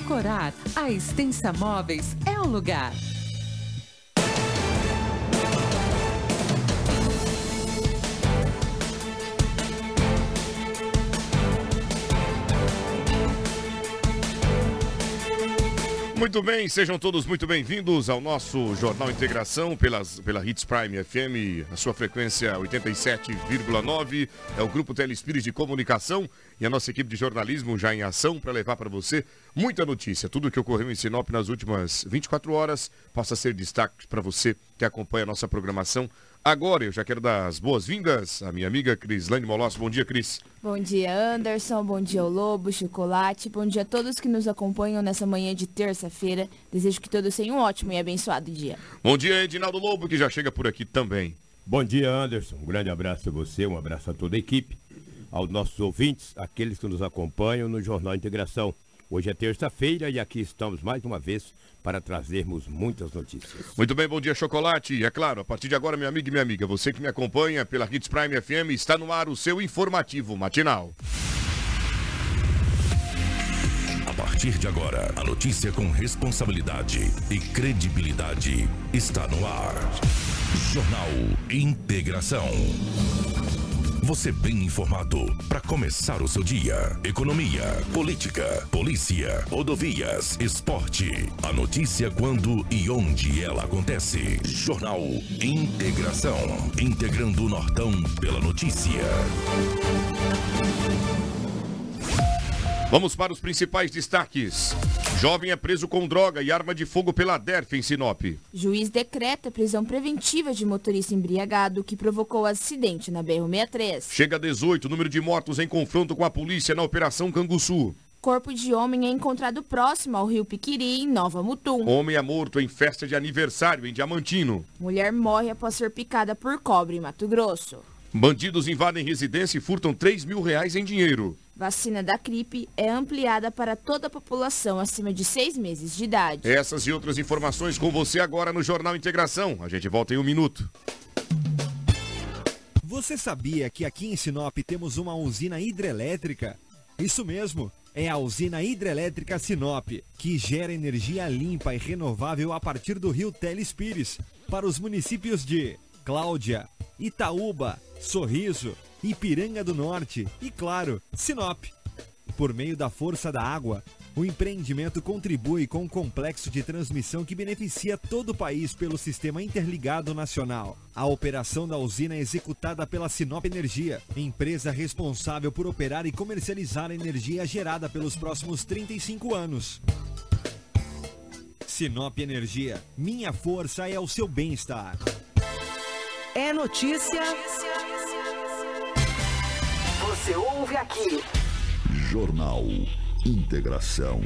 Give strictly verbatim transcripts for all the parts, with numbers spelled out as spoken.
decorar, a Extensa Móveis é o lugar. Muito bem, sejam todos muito bem-vindos ao nosso Jornal Integração pelas, pela Hits Prime F M, a sua frequência oitenta e sete vírgula nove, é o Grupo Telespires de Comunicação e a nossa equipe de jornalismo já em ação para levar para você muita notícia. Tudo o que ocorreu em Sinop nas últimas vinte e quatro horas possa ser destaque para você que acompanha a nossa programação. Agora eu já quero dar as boas-vindas à minha amiga Crislane Molossi. Bom dia, Cris. Bom dia, Anderson. Bom dia, o Lobo, Chocolate. Bom dia a todos que nos acompanham nessa manhã de terça-feira. Desejo que todos tenham um ótimo e abençoado dia. Bom dia, Edinaldo Lobo, que já chega por aqui também. Bom dia, Anderson. Um grande abraço a você, um abraço a toda a equipe, aos nossos ouvintes, aqueles que nos acompanham no Jornal Integração. Hoje é terça-feira e aqui estamos mais uma vez para trazermos muitas notícias. Muito bem, bom dia, Chocolate. E é claro, a partir de agora, meu amigo e minha amiga, você que me acompanha pela Hits Prime F M, está no ar o seu informativo matinal. A partir de agora, a notícia com responsabilidade e credibilidade está no ar. Jornal Integração. Você bem informado para começar o seu dia. Economia, política, polícia, rodovias, esporte. A notícia quando e onde ela acontece. Jornal Integração. Integrando o Nortão pela notícia. Vamos para os principais destaques. Jovem é preso com droga e arma de fogo pela D E R F em Sinop. Juiz decreta prisão preventiva de motorista embriagado que provocou acidente na B R sessenta e três. Chega a dezoito, número de mortos em confronto com a polícia na Operação Canguçu. Corpo de homem é encontrado próximo ao rio Piquiri, em Nova Mutum. Homem é morto em festa de aniversário em Diamantino. Mulher morre após ser picada por cobre em Mato Grosso. Bandidos invadem residência e furtam três mil reais em dinheiro. Vacina da gripe é ampliada para toda a população acima de seis meses de idade. Essas e outras informações com você agora no Jornal Integração. A gente volta em um minuto. Você sabia que aqui em Sinop temos uma usina hidrelétrica? Isso mesmo, é a usina hidrelétrica Sinop, que gera energia limpa e renovável a partir do rio Telespires, para os municípios de Cláudia, Itaúba, Sorriso, Ipiranga do Norte e, claro, Sinop. Por meio da força da água, o empreendimento contribui com um complexo de transmissão que beneficia todo o país pelo Sistema Interligado Nacional. A operação da usina é executada pela Sinop Energia, empresa responsável por operar e comercializar a energia gerada pelos próximos trinta e cinco anos. Sinop Energia, minha força é o seu bem-estar. É notícia. Você ouve aqui. Jornal Integração.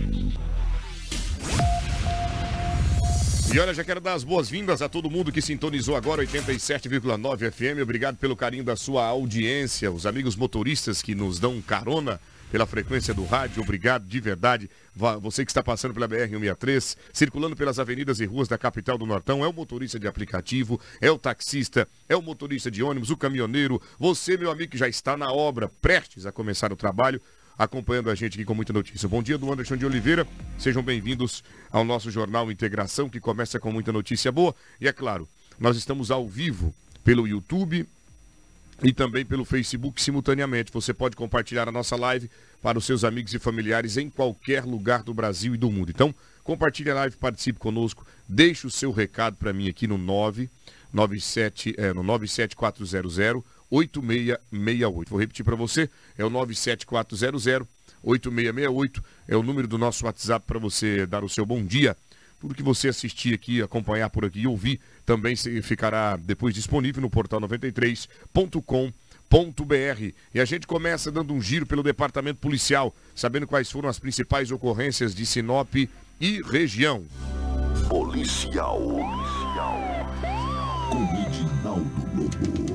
E olha, já quero dar as boas-vindas a todo mundo que sintonizou agora oitenta e sete vírgula nove F M. Obrigado pelo carinho da sua audiência. Os amigos motoristas que nos dão carona pela frequência do rádio, obrigado de verdade. Você que está passando pela B R cento e sessenta e três, circulando pelas avenidas e ruas da capital do Nortão, é o motorista de aplicativo, é o taxista, é o motorista de ônibus, o caminhoneiro, você, meu amigo, que já está na obra, prestes a começar o trabalho, acompanhando a gente aqui com muita notícia. Bom dia do Anderson de Oliveira, sejam bem-vindos ao nosso Jornal Integração, que começa com muita notícia boa. E é claro, nós estamos ao vivo pelo YouTube e também pelo Facebook simultaneamente. Você pode compartilhar a nossa live para os seus amigos e familiares em qualquer lugar do Brasil e do mundo. Então, compartilhe a live, participe conosco, deixe o seu recado para mim aqui no nove nove sete, é, no nove sete quatro zero zero oito seis seis oito. Vou repetir para você, é o nove sete quatro zero zero oito seis seis oito, é o número do nosso WhatsApp para você dar o seu bom dia. Tudo que você assistir aqui, acompanhar por aqui e ouvir, também ficará depois disponível no portal noventa e três ponto com ponto b r. E a gente começa dando um giro pelo departamento policial, sabendo quais foram as principais ocorrências de Sinop e região. Policial. Policial. Com Edinaldo Lobo.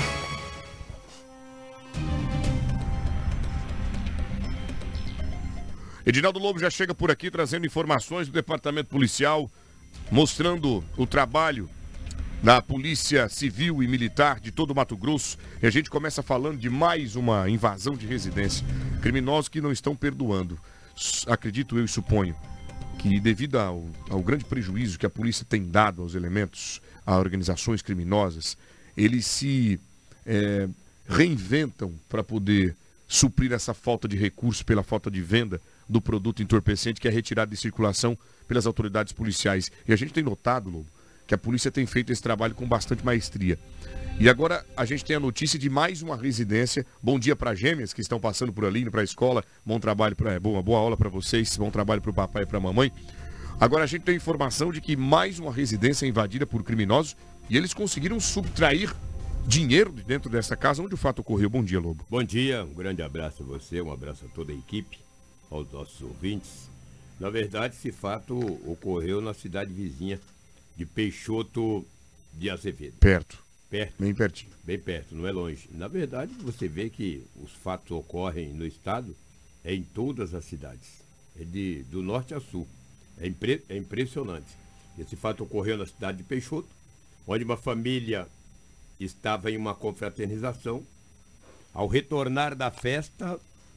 Edinaldo Lobo já chega por aqui trazendo informações do departamento policial, mostrando o trabalho da Polícia Civil e Militar de todo o Mato Grosso. E a gente começa falando de mais uma invasão de residência. Criminosos que não estão perdoando, acredito eu e suponho. que devido ao, ao grande prejuízo que a polícia tem dado aos elementos, a organizações criminosas, eles se é, reinventam para poder suprir essa falta de recursos pela falta de venda do produto entorpecente que é retirado de circulação pelas autoridades policiais. E a gente tem notado, Lobo, que a polícia tem feito esse trabalho com bastante maestria. E agora a gente tem a notícia de mais uma residência. Bom dia para gêmeas que estão passando por ali, indo para a escola. Bom trabalho, pra, boa, boa aula para vocês, bom trabalho para o papai e para a mamãe. Agora a gente tem informação de que mais uma residência é invadida por criminosos e eles conseguiram subtrair dinheiro de dentro dessa casa onde o fato ocorreu. Bom dia, Lobo. Bom dia, um grande abraço a você, um abraço a toda a equipe, aos nossos ouvintes. Na verdade, esse fato ocorreu na cidade vizinha de Peixoto de Azevedo. Perto. Perto. Bem pertinho. Bem perto, não é longe. Na verdade, você vê que os fatos ocorrem no estado, é em todas as cidades. É de, do norte a sul. É, impre, é impressionante. Esse fato ocorreu na cidade de Peixoto, onde uma família estava em uma confraternização. Ao retornar da festa,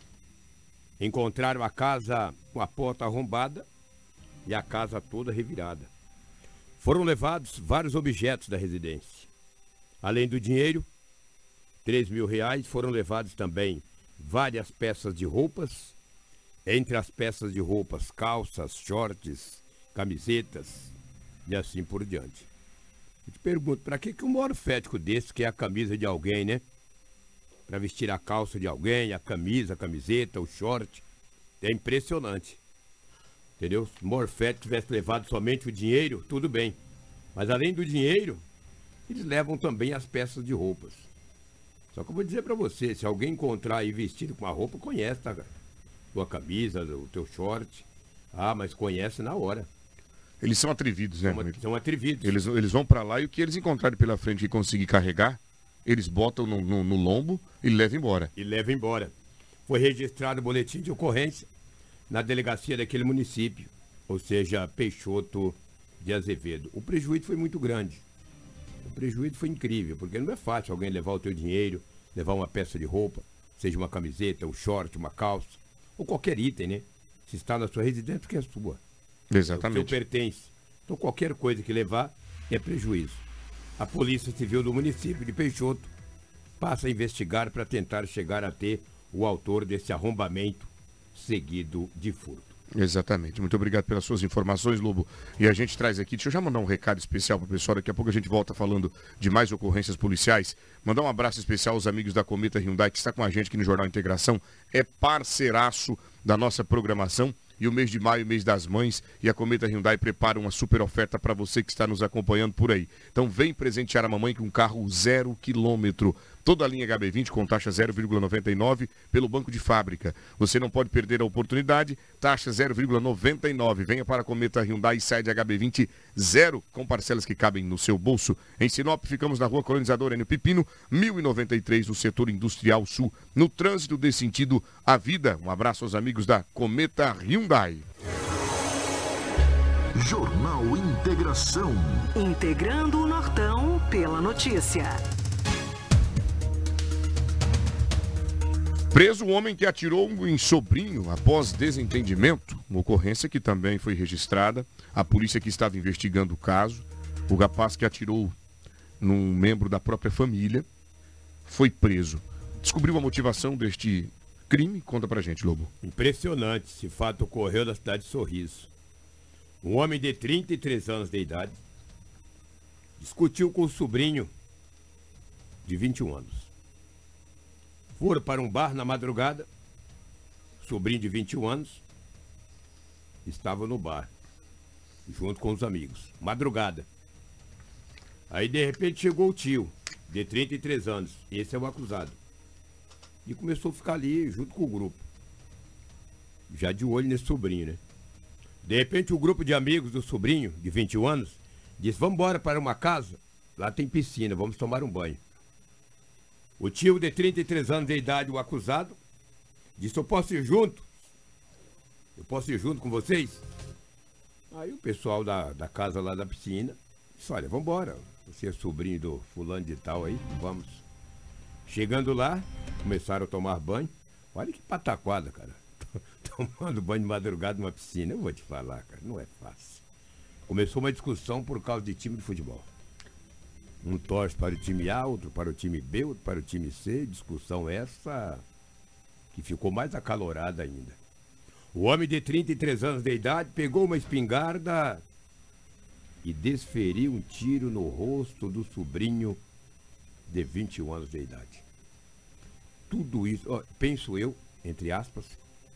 encontraram a casa com a porta arrombada e a casa toda revirada. Foram levados vários objetos da residência. Além do dinheiro, três mil reais, foram levados também várias peças de roupas. Entre as peças de roupas, calças, shorts, camisetas e assim por diante. Eu te pergunto, para que, que um morfético desse quer a camisa de alguém, né? Para vestir a calça de alguém, a camisa, a camiseta, o short. É impressionante. Entendeu? Se o morfético tivesse levado somente o dinheiro, tudo bem. Mas além do dinheiro, eles levam também as peças de roupas. Só que eu vou dizer para você, se alguém encontrar aí vestido com a roupa, conhece, tá, cara? Tua camisa, o teu short. Ah, mas conhece na hora. Eles são atrevidos, né? São, são atrevidos. Eles, eles vão para lá e o que eles encontrarem pela frente e conseguir carregar, eles botam no, no, no lombo e levam embora. E levam embora. Foi registrado o boletim de ocorrência na delegacia daquele município, ou seja, Peixoto de Azevedo. O prejuízo foi muito grande. O prejuízo foi incrível, porque não é fácil alguém levar o teu dinheiro, levar uma peça de roupa, seja uma camiseta, um short, uma calça, ou qualquer item, né? Se está na sua residência, porque é sua. Exatamente. O seu pertence. Então qualquer coisa que levar é prejuízo. A Polícia Civil do município de Peixoto passa a investigar para tentar chegar a ter o autor desse arrombamento seguido de furto. Exatamente. Muito obrigado pelas suas informações, Lobo. E a gente traz aqui, deixa eu já mandar um recado especial para o pessoal, daqui a pouco a gente volta falando de mais ocorrências policiais. Mandar um abraço especial aos amigos da Cometa Hyundai, que está com a gente aqui no Jornal Integração, é parceiraço da nossa programação. E o mês de maio, mês das mães, e a Cometa Hyundai prepara uma super oferta para você que está nos acompanhando por aí. Então vem presentear a mamãe com um carro zero quilômetro. Toda a linha H B vinte com taxa zero vírgula noventa e nove pelo banco de fábrica. Você não pode perder a oportunidade, taxa zero vírgula noventa e nove. Venha para a Cometa Hyundai e sai de H B vinte zero com parcelas que cabem no seu bolso. Em Sinop, ficamos na rua Colonizador Enio Pipino, mil e noventa e três, no setor industrial sul. No trânsito desse sentido, a vida. Um abraço aos amigos da Cometa Hyundai. Jornal Integração. Integrando o Nortão pela notícia. Preso o homem que atirou em sobrinho após desentendimento, uma ocorrência que também foi registrada. A polícia que estava investigando o caso, o rapaz que atirou num membro da própria família, foi preso. Descobriu a motivação deste crime? Conta pra gente, Lobo. Impressionante, esse fato ocorreu na cidade de Sorriso. Um homem de trinta e três anos de idade discutiu com o sobrinho de vinte e um anos. Foram para um bar na madrugada, sobrinho de vinte e um anos estava no bar, junto com os amigos, madrugada. Aí de repente chegou o tio, de trinta e três anos, esse é o acusado, e começou a ficar ali junto com o grupo, já de olho nesse sobrinho, né? De repente o grupo de amigos do sobrinho, de vinte e um anos, disse: vamos embora para uma casa, lá tem piscina, vamos tomar um banho. O tio de trinta e três anos de idade, o acusado, disse: eu posso ir junto? Eu posso ir junto com vocês? Aí o pessoal da, da casa lá da piscina disse: olha, vamos embora, você é sobrinho do fulano de tal aí, vamos. Chegando lá, começaram a tomar banho. Olha que pataquada, cara. tomando banho de madrugada numa piscina. Eu vou te falar, cara, não é fácil. Começou uma discussão por causa de time de futebol. Um torce para o time A, outro para o time B, outro para o time C. Discussão essa que ficou mais acalorada ainda. O homem de trinta e três anos de idade pegou uma espingarda e desferiu um tiro no rosto do sobrinho de vinte e um anos de idade. Tudo isso, ó, penso eu, entre aspas,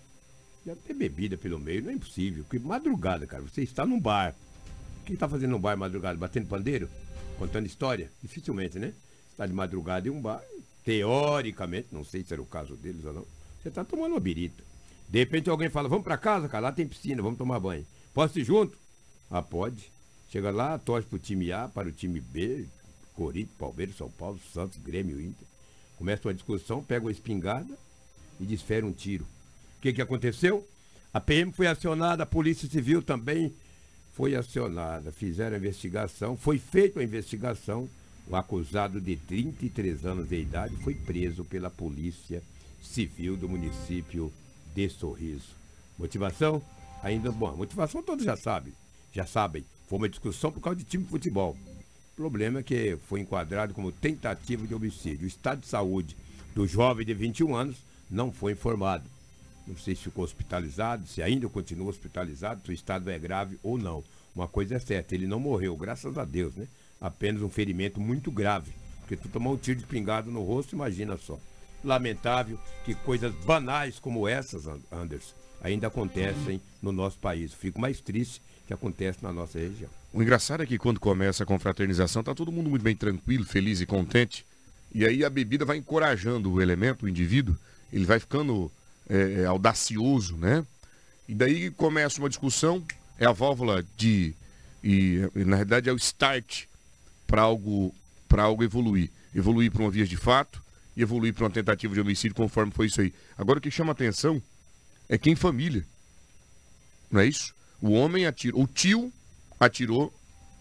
deve ter bebida pelo meio, não é impossível. Porque madrugada, cara, você está num bar. Quem está fazendo num bar madrugada? Batendo pandeiro? Contando história? Dificilmente, né? Está de madrugada em um bar, teoricamente, não sei se era o caso deles ou não, você está tomando uma birita. De repente alguém fala, vamos para casa, cara, lá tem piscina, vamos tomar banho. Posso ir junto? Ah, pode. Chega lá, torce para o time A, para o time B, Corinthians, Palmeiras, São Paulo, Santos, Grêmio, Inter. Começa uma discussão, pega uma espingarda e desfere um tiro. O que que aconteceu? A P M foi acionada, a Polícia Civil também foi acionada. Fizeram a investigação, foi feita a investigação. O acusado de trinta e três anos de idade foi preso pela Polícia Civil do município de Sorriso. Motivação? Ainda, bom, motivação todos já sabem. Já sabem. Foi uma discussão por causa de time de futebol. O problema é que foi enquadrado como tentativa de homicídio. O estado de saúde do jovem de vinte e um anos não foi informado. Não sei se ficou hospitalizado, se ainda continua hospitalizado, se o estado é grave ou não. Uma coisa é certa, ele não morreu, graças a Deus, né? Apenas um ferimento muito grave. Porque tu tomar um tiro de espingarda no rosto, imagina só. Lamentável que coisas banais como essas, Anderson, ainda acontecem no nosso país. Fico mais triste que acontece na nossa região. O engraçado é que quando começa a confraternização, tá todo mundo muito bem tranquilo, feliz e contente. E aí a bebida vai encorajando o elemento, o indivíduo, ele vai ficando é, audacioso, né? E daí começa uma discussão, é a válvula de... E, na realidade é o start para algo, para algo evoluir. Evoluir para uma via de fato e evoluir para uma tentativa de homicídio, conforme foi isso aí. Agora o que chama atenção é que em família, não é isso? O homem atirou, o tio atirou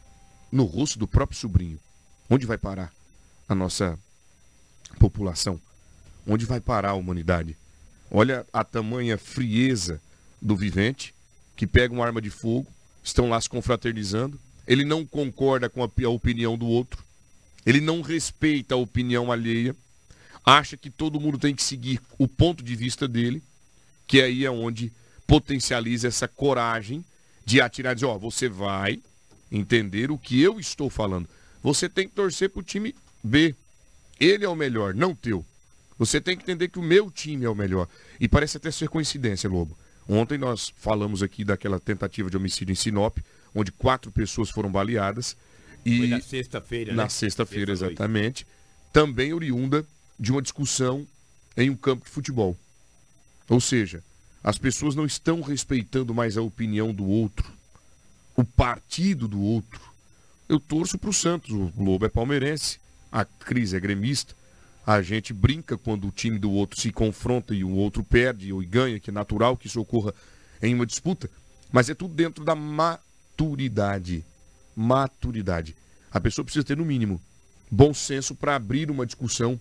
no rosto do próprio sobrinho. Onde vai parar a nossa população? Onde vai parar a humanidade? Olha a tamanha frieza do vivente, que pega uma arma de fogo, estão lá se confraternizando, ele não concorda com a, a opinião do outro, ele não respeita a opinião alheia, acha que todo mundo tem que seguir o ponto de vista dele, que aí é onde potencializa essa coragem de atirar e dizer, ó, você vai entender o que eu estou falando. Você tem que torcer pro time B. Ele é o melhor, não teu. Você tem que entender que o meu time é o melhor. E parece até ser coincidência, Lobo. Ontem nós falamos aqui daquela tentativa de homicídio em Sinop, onde quatro pessoas foram baleadas. E foi na sexta-feira, né? Na sexta-feira, exatamente. Também oriunda de uma discussão em um campo de futebol. Ou seja, as pessoas não estão respeitando mais a opinião do outro, o partido do outro. Eu torço para o Santos, o Lobo é palmeirense, a Cris é gremista, a gente brinca quando o time do outro se confronta e o outro perde ou ganha, que é natural que isso ocorra em uma disputa, mas é tudo dentro da maturidade. Maturidade. A pessoa precisa ter, no mínimo, bom senso para abrir uma discussão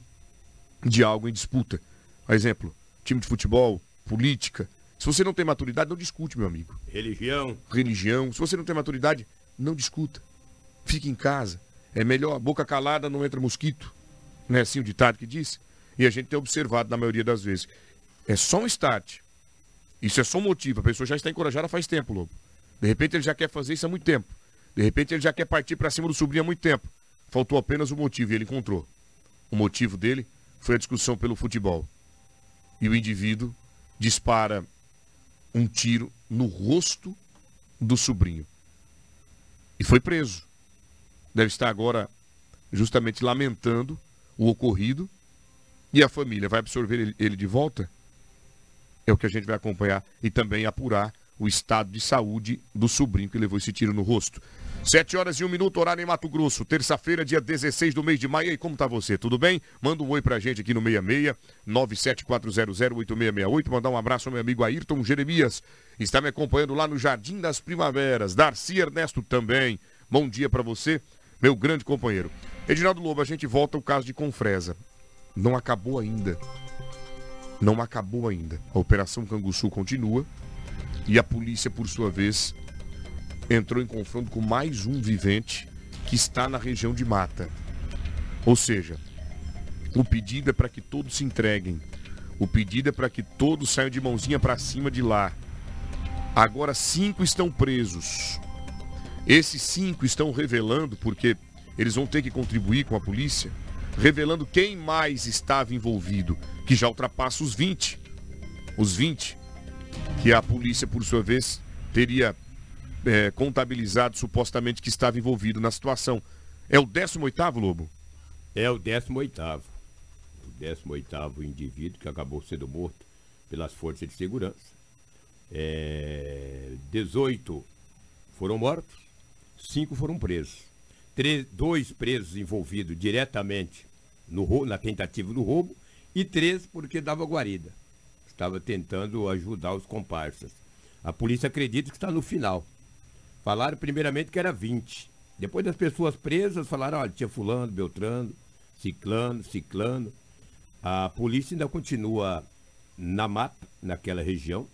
de algo em disputa. Por exemplo, time de futebol, política. Se você não tem maturidade, não discute, meu amigo. Religião. Religião. Se você não tem maturidade, não discuta. Fique em casa. É melhor, boca calada não entra mosquito. Não é assim o ditado que diz? E a gente tem observado na maioria das vezes. É só um start. Isso é só um motivo. A pessoa já está encorajada faz tempo, Lobo. De repente ele já quer fazer isso há muito tempo. De repente ele já quer partir para cima do sobrinho há muito tempo. Faltou apenas o motivo e ele encontrou. O motivo dele foi a discussão pelo futebol. E o indivíduo dispara um tiro no rosto do sobrinho. E foi preso. Deve estar agora justamente lamentando o ocorrido. E a família vai absorver ele de volta? É o que a gente vai acompanhar e também apurar o estado de saúde do sobrinho que levou esse tiro no rosto. Sete horas e um minuto, horário em Mato Grosso. Terça-feira, dia dezesseis do mês de maio. E aí, como tá você? Tudo bem? Manda um oi pra gente aqui no seis seis, nove sete quatro zero zero, oito seis seis oito. Mandar um abraço ao meu amigo Ayrton Jeremias. Está me acompanhando lá no Jardim das Primaveras. Darcy Ernesto também. Bom dia pra você, meu grande companheiro. Edinaldo Lobo, a gente volta ao caso de Confresa. Não acabou ainda. não acabou ainda. A Operação Canguçu continua e a polícia, por sua vez, entrou em confronto com mais um vivente que está na região de mata. Ou seja, o pedido é para que todos se entreguem. O pedido é para que todos saiam de mãozinha para cima de lá. Agora cinco estão presos. Esses cinco estão revelando, porque eles vão ter que contribuir com a polícia, revelando quem mais estava envolvido, que já ultrapassa os vinte. Os vinte que a polícia, por sua vez, teria é, contabilizado supostamente que estava envolvido na situação. É o décimo oitavo, Lobo? É o décimo oitavo. O décimo oitavo indivíduo que acabou sendo morto pelas forças de segurança. É, dezoito foram mortos, cinco foram presos. Três, dois presos envolvidos diretamente no, na tentativa do roubo e três porque dava guarida. Estava tentando ajudar os comparsas. A polícia acredita que está no final. Falaram primeiramente que era vinte. Depois das pessoas presas, falaram, olha, tinha fulano, beltrano, ciclano, ciclano. A polícia ainda continua na mata, naquela região,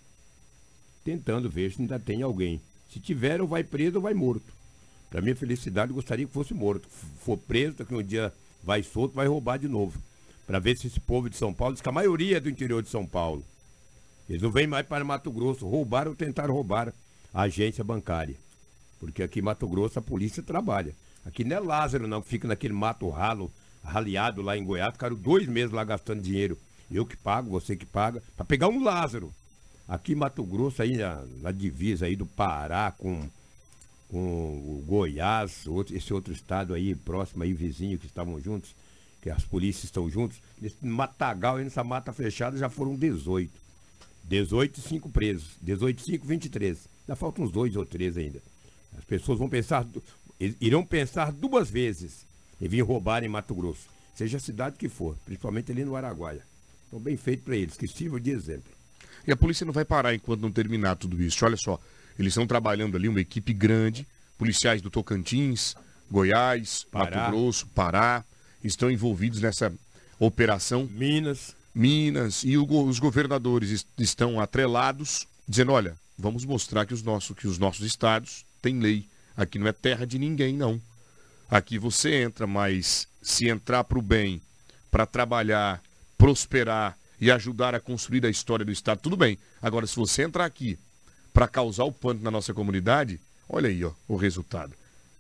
tentando ver se ainda tem alguém. Se tiver, ou vai preso ou vai morto. Para minha felicidade, eu gostaria que fosse morto. For preso, daqui um dia vai solto, vai roubar de novo. Para ver se esse povo de São Paulo, diz que a maioria é do interior de São Paulo. Eles não vêm mais para Mato Grosso. Roubaram ou tentaram roubar a agência bancária. Porque aqui em Mato Grosso a polícia trabalha. Aqui não é Lázaro não, que fica naquele mato ralo, raleado lá em Goiás. Ficaram dois meses lá gastando dinheiro. Eu que pago, você que paga, para pegar um Lázaro. Aqui em Mato Grosso, aí na, na divisa aí do Pará com, com o Goiás, outro, esse outro estado aí próximo aí, vizinho, que estavam juntos, que as polícias estão juntos, nesse matagal aí nessa mata fechada já foram dezoito. dezoito e cinco presos. dezoito e cinco, vinte e três. Ainda faltam uns dois ou três ainda. As pessoas vão pensar, irão pensar duas vezes em vir roubar em Mato Grosso, seja a cidade que for, principalmente ali no Araguaia. Então bem feito para eles, que sirva de exemplo. E a polícia não vai parar enquanto não terminar tudo isso. Olha só, eles estão trabalhando ali, uma equipe grande, policiais do Tocantins, Goiás, Pará. Mato Grosso, Pará, estão envolvidos nessa operação. Minas. Minas, e o, os governadores est estão atrelados, dizendo, olha, vamos mostrar que os, nossos, que os nossos estados têm lei. Aqui não é terra de ninguém, não. Aqui você entra, mas se entrar para o bem, para trabalhar, prosperar e ajudar a construir a história do estado, tudo bem. Agora, se você entrar aqui para causar o pânico na nossa comunidade, olha aí, ó, o resultado.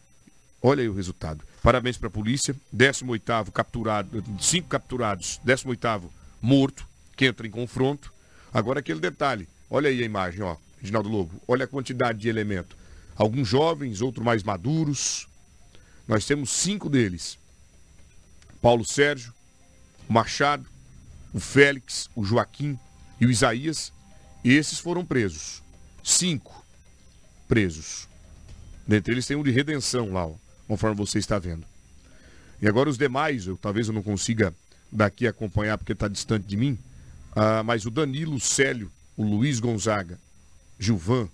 Olha aí o resultado. Parabéns para a polícia. décimo oitavo capturado, cinco capturados, décimo oitavo morto, que entra em confronto. Agora aquele detalhe. Olha aí a imagem, ó, Reginaldo Lobo. Olha a quantidade de elemento. Alguns jovens, outros mais maduros. Nós temos cinco deles. Paulo Sérgio, o Machado, o Félix, o Joaquim e o Isaías. E esses foram presos. Cinco presos. Dentre eles tem um de redenção lá, ó, conforme você está vendo. E agora os demais, eu, talvez eu não consiga daqui acompanhar porque está distante de mim, ah, mas o Danilo, o Célio, o Luiz Gonzaga, Gilvan,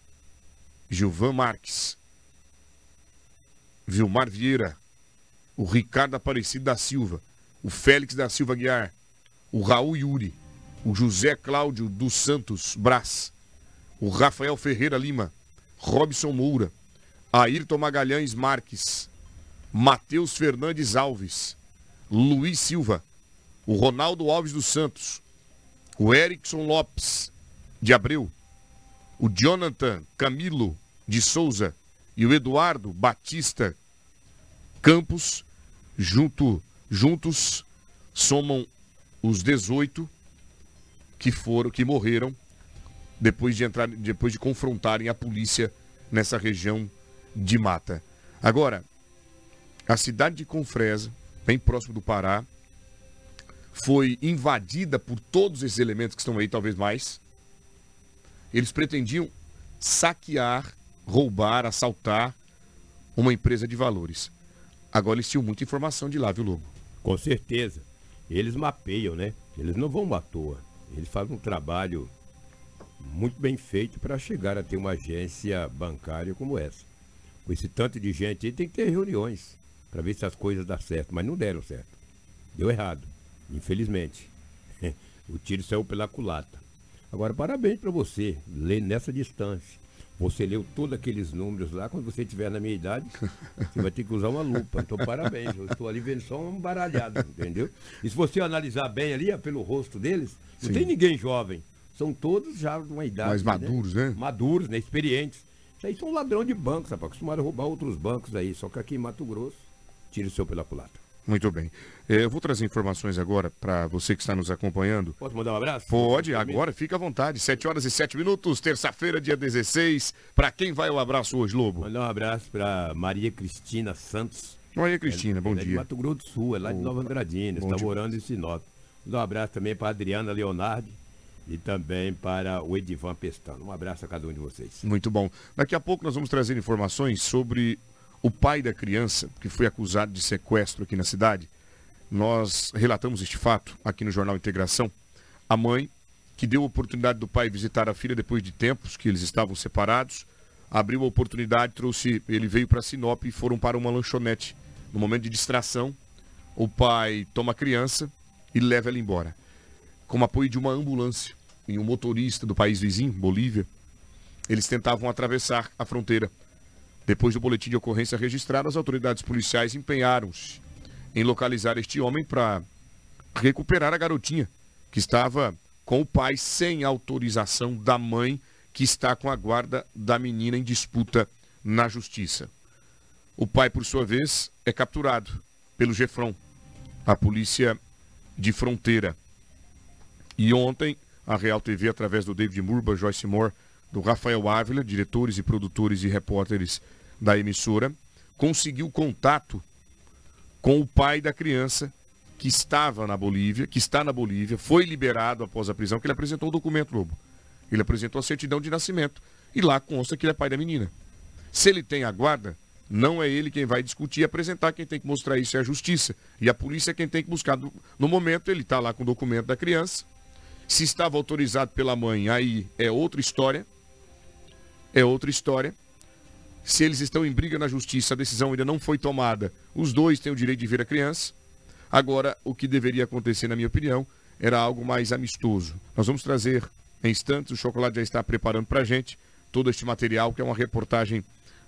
Gilvan Marques, Vilmar Vieira, o Ricardo Aparecido da Silva, o Félix da Silva Guiar, o Raul Yuri, o José Cláudio dos Santos Brás, o Rafael Ferreira Lima, Robson Moura, Ayrton Magalhães Marques, Matheus Fernandes Alves, Luiz Silva, o Ronaldo Alves dos Santos, o Erickson Lopes de Abreu, o Jonathan Camilo de Souza e o Eduardo Batista Campos, junto, juntos somam os dezoito que foram, que morreram depois de entrar, depois de confrontarem a polícia nessa região de mata. Agora, a cidade de Confresa, bem próximo do Pará, foi invadida por todos esses elementos que estão aí, talvez mais. Eles pretendiam saquear, roubar, assaltar uma empresa de valores. Agora eles tinham muita informação de lá, viu, Lobo? Com certeza. Eles mapeiam, né? Eles não vão à toa. Eles fazem um trabalho muito bem feito para chegar a ter uma agência bancária como essa. Com esse tanto de gente aí, tem que ter reuniões para ver se as coisas dão certo. Mas não deram certo. Deu errado, infelizmente. O tiro saiu pela culatra. Agora, parabéns para você, ler nessa distância. Você leu todos aqueles números lá, quando você estiver na minha idade, você vai ter que usar uma lupa. Então, parabéns. Eu estou ali vendo só um baralhado, entendeu? E se você analisar bem ali, pelo rosto deles, não Sim. tem ninguém jovem. São todos já de uma idade. Mais maduros, né? Maduros, né? Experientes. Isso aí são ladrão de bancos, rapaz. Acostumaram a roubar outros bancos aí. Só que aqui em Mato Grosso, tira o seu pela culatra. Muito bem. Eu vou trazer informações agora para você que está nos acompanhando. Posso mandar um abraço? Pode, agora fica à vontade. sete horas e sete minutos, terça-feira, dia dezesseis. Para quem vai o abraço hoje, Lobo? Mandar um abraço para Maria Cristina Santos. Maria Cristina, bom ela é de dia. Mato Grosso do Sul, é lá de Nova Andradina, está dia. morando em Sinop. Mandar um abraço também para Adriana Leonardi e também para o Edivan Pestano. Um abraço a cada um de vocês. Muito bom. Daqui a pouco nós vamos trazer informações sobre o pai da criança que foi acusado de sequestro aqui na cidade. Nós relatamos este fato aqui no Jornal Integração. A mãe, que deu a oportunidade do pai visitar a filha depois de tempos que eles estavam separados, abriu a oportunidade, trouxe, ele veio para Sinop e foram para uma lanchonete. No momento de distração, o pai toma a criança e leva ela embora. Com apoio de uma ambulância e um motorista do país vizinho, Bolívia, eles tentavam atravessar a fronteira. Depois do boletim de ocorrência registrado, as autoridades policiais empenharam-se em localizar este homem para recuperar a garotinha, que estava com o pai sem autorização da mãe, que está com a guarda da menina em disputa na justiça. O pai, por sua vez, é capturado pelo Gefron, a polícia de fronteira. E ontem, a Real T V, através do David Murba, Joyce Moore, do Rafael Ávila, diretores e produtores e repórteres da emissora, conseguiu contato com o pai da criança que estava na Bolívia, que está na Bolívia, foi liberado após a prisão, que ele apresentou o documento, Lobo. Ele apresentou a certidão de nascimento e lá consta que ele é pai da menina. Se ele tem a guarda, não é ele quem vai discutir e apresentar, quem tem que mostrar isso é a justiça. E a polícia é quem tem que buscar. No momento, ele está lá com o documento da criança. Se estava autorizado pela mãe, aí é outra história. É outra história. Se eles estão em briga na justiça, a decisão ainda não foi tomada. Os dois têm o direito de ver a criança. Agora, o que deveria acontecer, na minha opinião, era algo mais amistoso. Nós vamos trazer em instantes, o Chocolate já está preparando para a gente todo este material, que é uma reportagem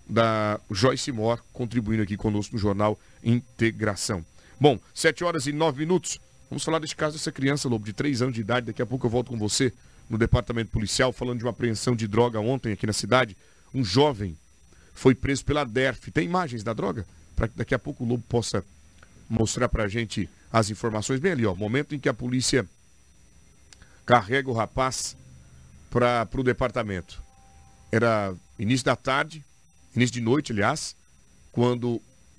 da Joyce Moore, contribuindo aqui conosco no Jornal Integração. Bom, sete horas e nove minutos. Vamos falar deste caso dessa criança, Lobo, de três anos de idade. Daqui a pouco eu volto com você no departamento policial, falando de uma apreensão de droga ontem aqui na cidade. Um jovem foi preso pela D E R F. Tem imagens da droga? Para que daqui a pouco o Lobo possa mostrar para a gente as informações. Bem ali, ó, momento em que a polícia carrega o rapaz para o departamento. Era início da tarde, início de noite, aliás, quando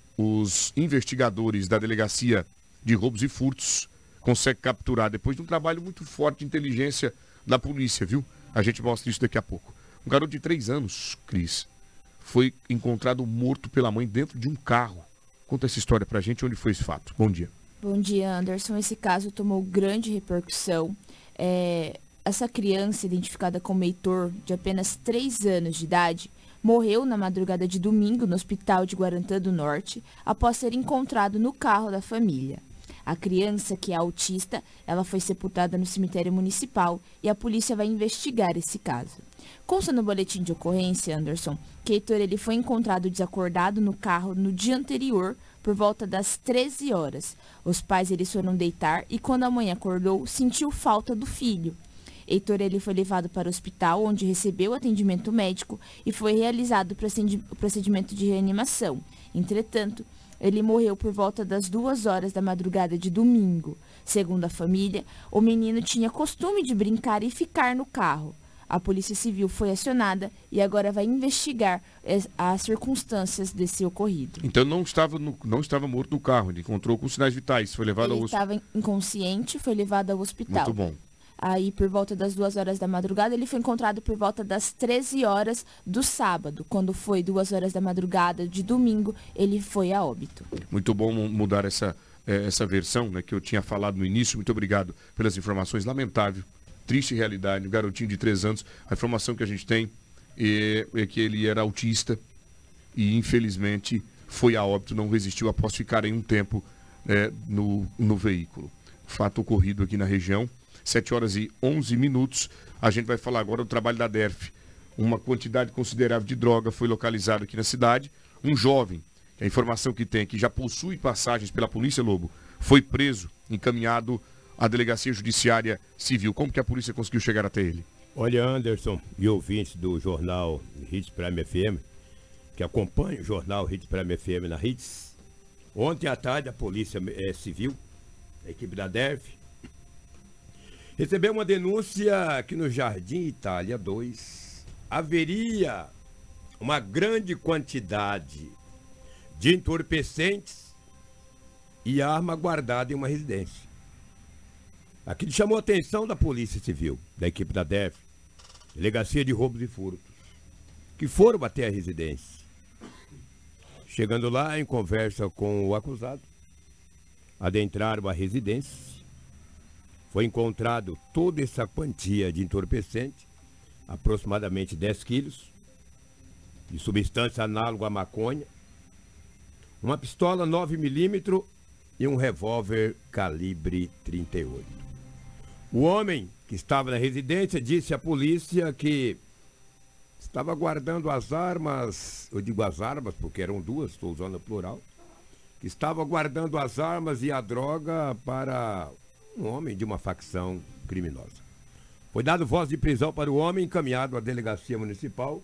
os investigadores da Delegacia de Roubos e Furtos conseguem capturar, depois de um trabalho muito forte de inteligência da polícia, viu? A gente mostra isso daqui a pouco. Um garoto de três anos, Cris, foi encontrado morto pela mãe dentro de um carro. Conta essa história pra gente, onde foi esse fato. Bom dia. Bom dia, Anderson. Esse caso tomou grande repercussão. É... Essa criança, identificada como Heitor, de apenas três anos de idade, morreu na madrugada de domingo no hospital de Guarantã do Norte, após ser encontrado no carro da família. A criança, que é autista, ela foi sepultada no cemitério municipal e a polícia vai investigar esse caso. Consta no boletim de ocorrência, Anderson, que Heitor ele foi encontrado desacordado no carro no dia anterior, por volta das treze horas. Os pais eles foram deitar e quando a mãe acordou, sentiu falta do filho. Heitor ele foi levado para o hospital, onde recebeu atendimento médico e foi realizado o procedimento de reanimação. Entretanto, ele morreu por volta das duas horas da madrugada de domingo. Segundo a família, o menino tinha costume de brincar e ficar no carro. A Polícia Civil foi acionada e agora vai investigar as circunstâncias desse ocorrido. Então não estava, no, não estava morto no carro, ele encontrou com sinais vitais, foi levado ele ao hospital. Ele estava inconsciente, foi levado ao hospital. Muito bom. Aí, por volta das duas horas da madrugada, ele foi encontrado por volta das treze horas do sábado. Quando foi duas horas da madrugada de domingo, ele foi a óbito. Muito bom mudar essa, essa versão, né, que eu tinha falado no início. Muito obrigado pelas informações. Lamentável, triste realidade. Um garotinho de três anos. A informação que a gente tem é, é que ele era autista e, infelizmente, foi a óbito, não resistiu após ficar em um tempo é, no, no veículo. Fato ocorrido aqui na região. sete horas e onze minutos. A gente vai falar agora do trabalho da D E R F. Uma quantidade considerável de droga foi localizada aqui na cidade. Um jovem, a informação que tem, que já possui passagens pela Polícia, Lobo, foi preso, encaminhado à Delegacia Judiciária Civil. Como que a polícia conseguiu chegar até ele? Olha, Anderson e ouvintes do jornal Hits Prime F M, que acompanha o jornal Hits Prime F M na Hits, ontem à tarde a Polícia é, Civil, a equipe da D E R F, recebeu uma denúncia que no Jardim Itália dois haveria uma grande quantidade de entorpecentes e arma guardada em uma residência. Aquilo chamou a atenção da Polícia Civil, da equipe da D E R F, Delegacia de Roubos e Furtos, que foram até a residência. Chegando lá, em conversa com o acusado, adentraram a residência, foi encontrado toda essa quantia de entorpecente, aproximadamente dez quilos, de substância análoga à maconha, uma pistola nove milímetros e um revólver calibre trinta e oito. O homem que estava na residência disse à polícia que estava guardando as armas, eu digo as armas porque eram duas, estou usando a plural, que estava guardando as armas e a droga para um homem de uma facção criminosa. Foi dado voz de prisão para o homem, encaminhado à delegacia municipal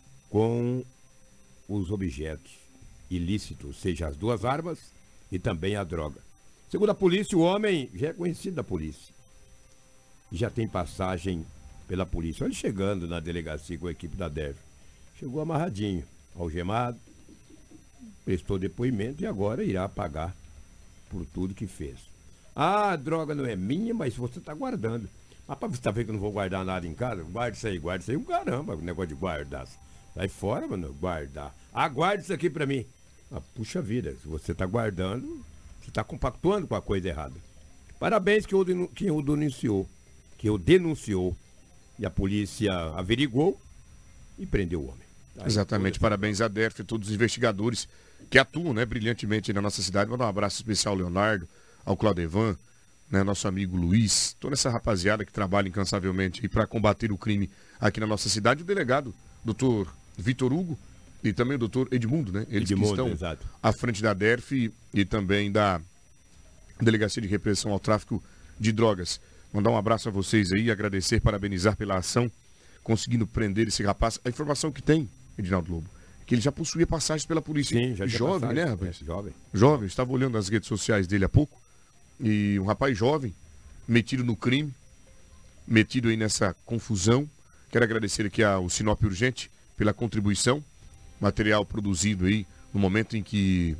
com os objetos ilícitos, ou seja, as duas armas e também a droga. Segundo a polícia, o homem já é conhecido da polícia. Já tem passagem pela polícia. Olha, chegando na delegacia com a equipe da D E R F. Chegou amarradinho, algemado, prestou depoimento e agora irá pagar por tudo que fez. Ah, a droga não é minha, mas você está guardando. Mas para você estar vendo que eu não vou guardar nada em casa, guarda isso aí, guarda isso aí. Um caramba, o negócio de guardar. Sai fora, mano, guardar. Ah, guarda isso aqui para mim. Ah, puxa vida, se você está guardando, você está compactuando com a coisa errada. Parabéns que eu, quem o denunciou, que o denunciou, e a polícia averigou e prendeu o homem. Aí, exatamente, toda... parabéns à D E R F e todos os investigadores que atuam, né, brilhantemente na nossa cidade. Manda um abraço especial ao Leonardo, ao Claudevan, né, nosso amigo Luiz, toda essa rapaziada que trabalha incansavelmente para combater o crime aqui na nossa cidade. O delegado, doutor Vitor Hugo, e também o doutor Edmundo, né? Eles Edmundo, que estão exato. à frente da D E R F e, e também da Delegacia de Repressão ao Tráfico de Drogas. Mandar um abraço a vocês aí, agradecer, parabenizar pela ação, conseguindo prender esse rapaz. A informação que tem, Edinaldo Lobo, é que ele já possuía passagens pela polícia. Sim, já jovem, passagem, né, rapaz? É, jovem. Jovem, estava olhando as redes sociais dele há pouco, e um rapaz jovem, metido no crime, metido aí nessa confusão. Quero agradecer aqui ao Sinop Urgente pela contribuição, material produzido aí no momento em que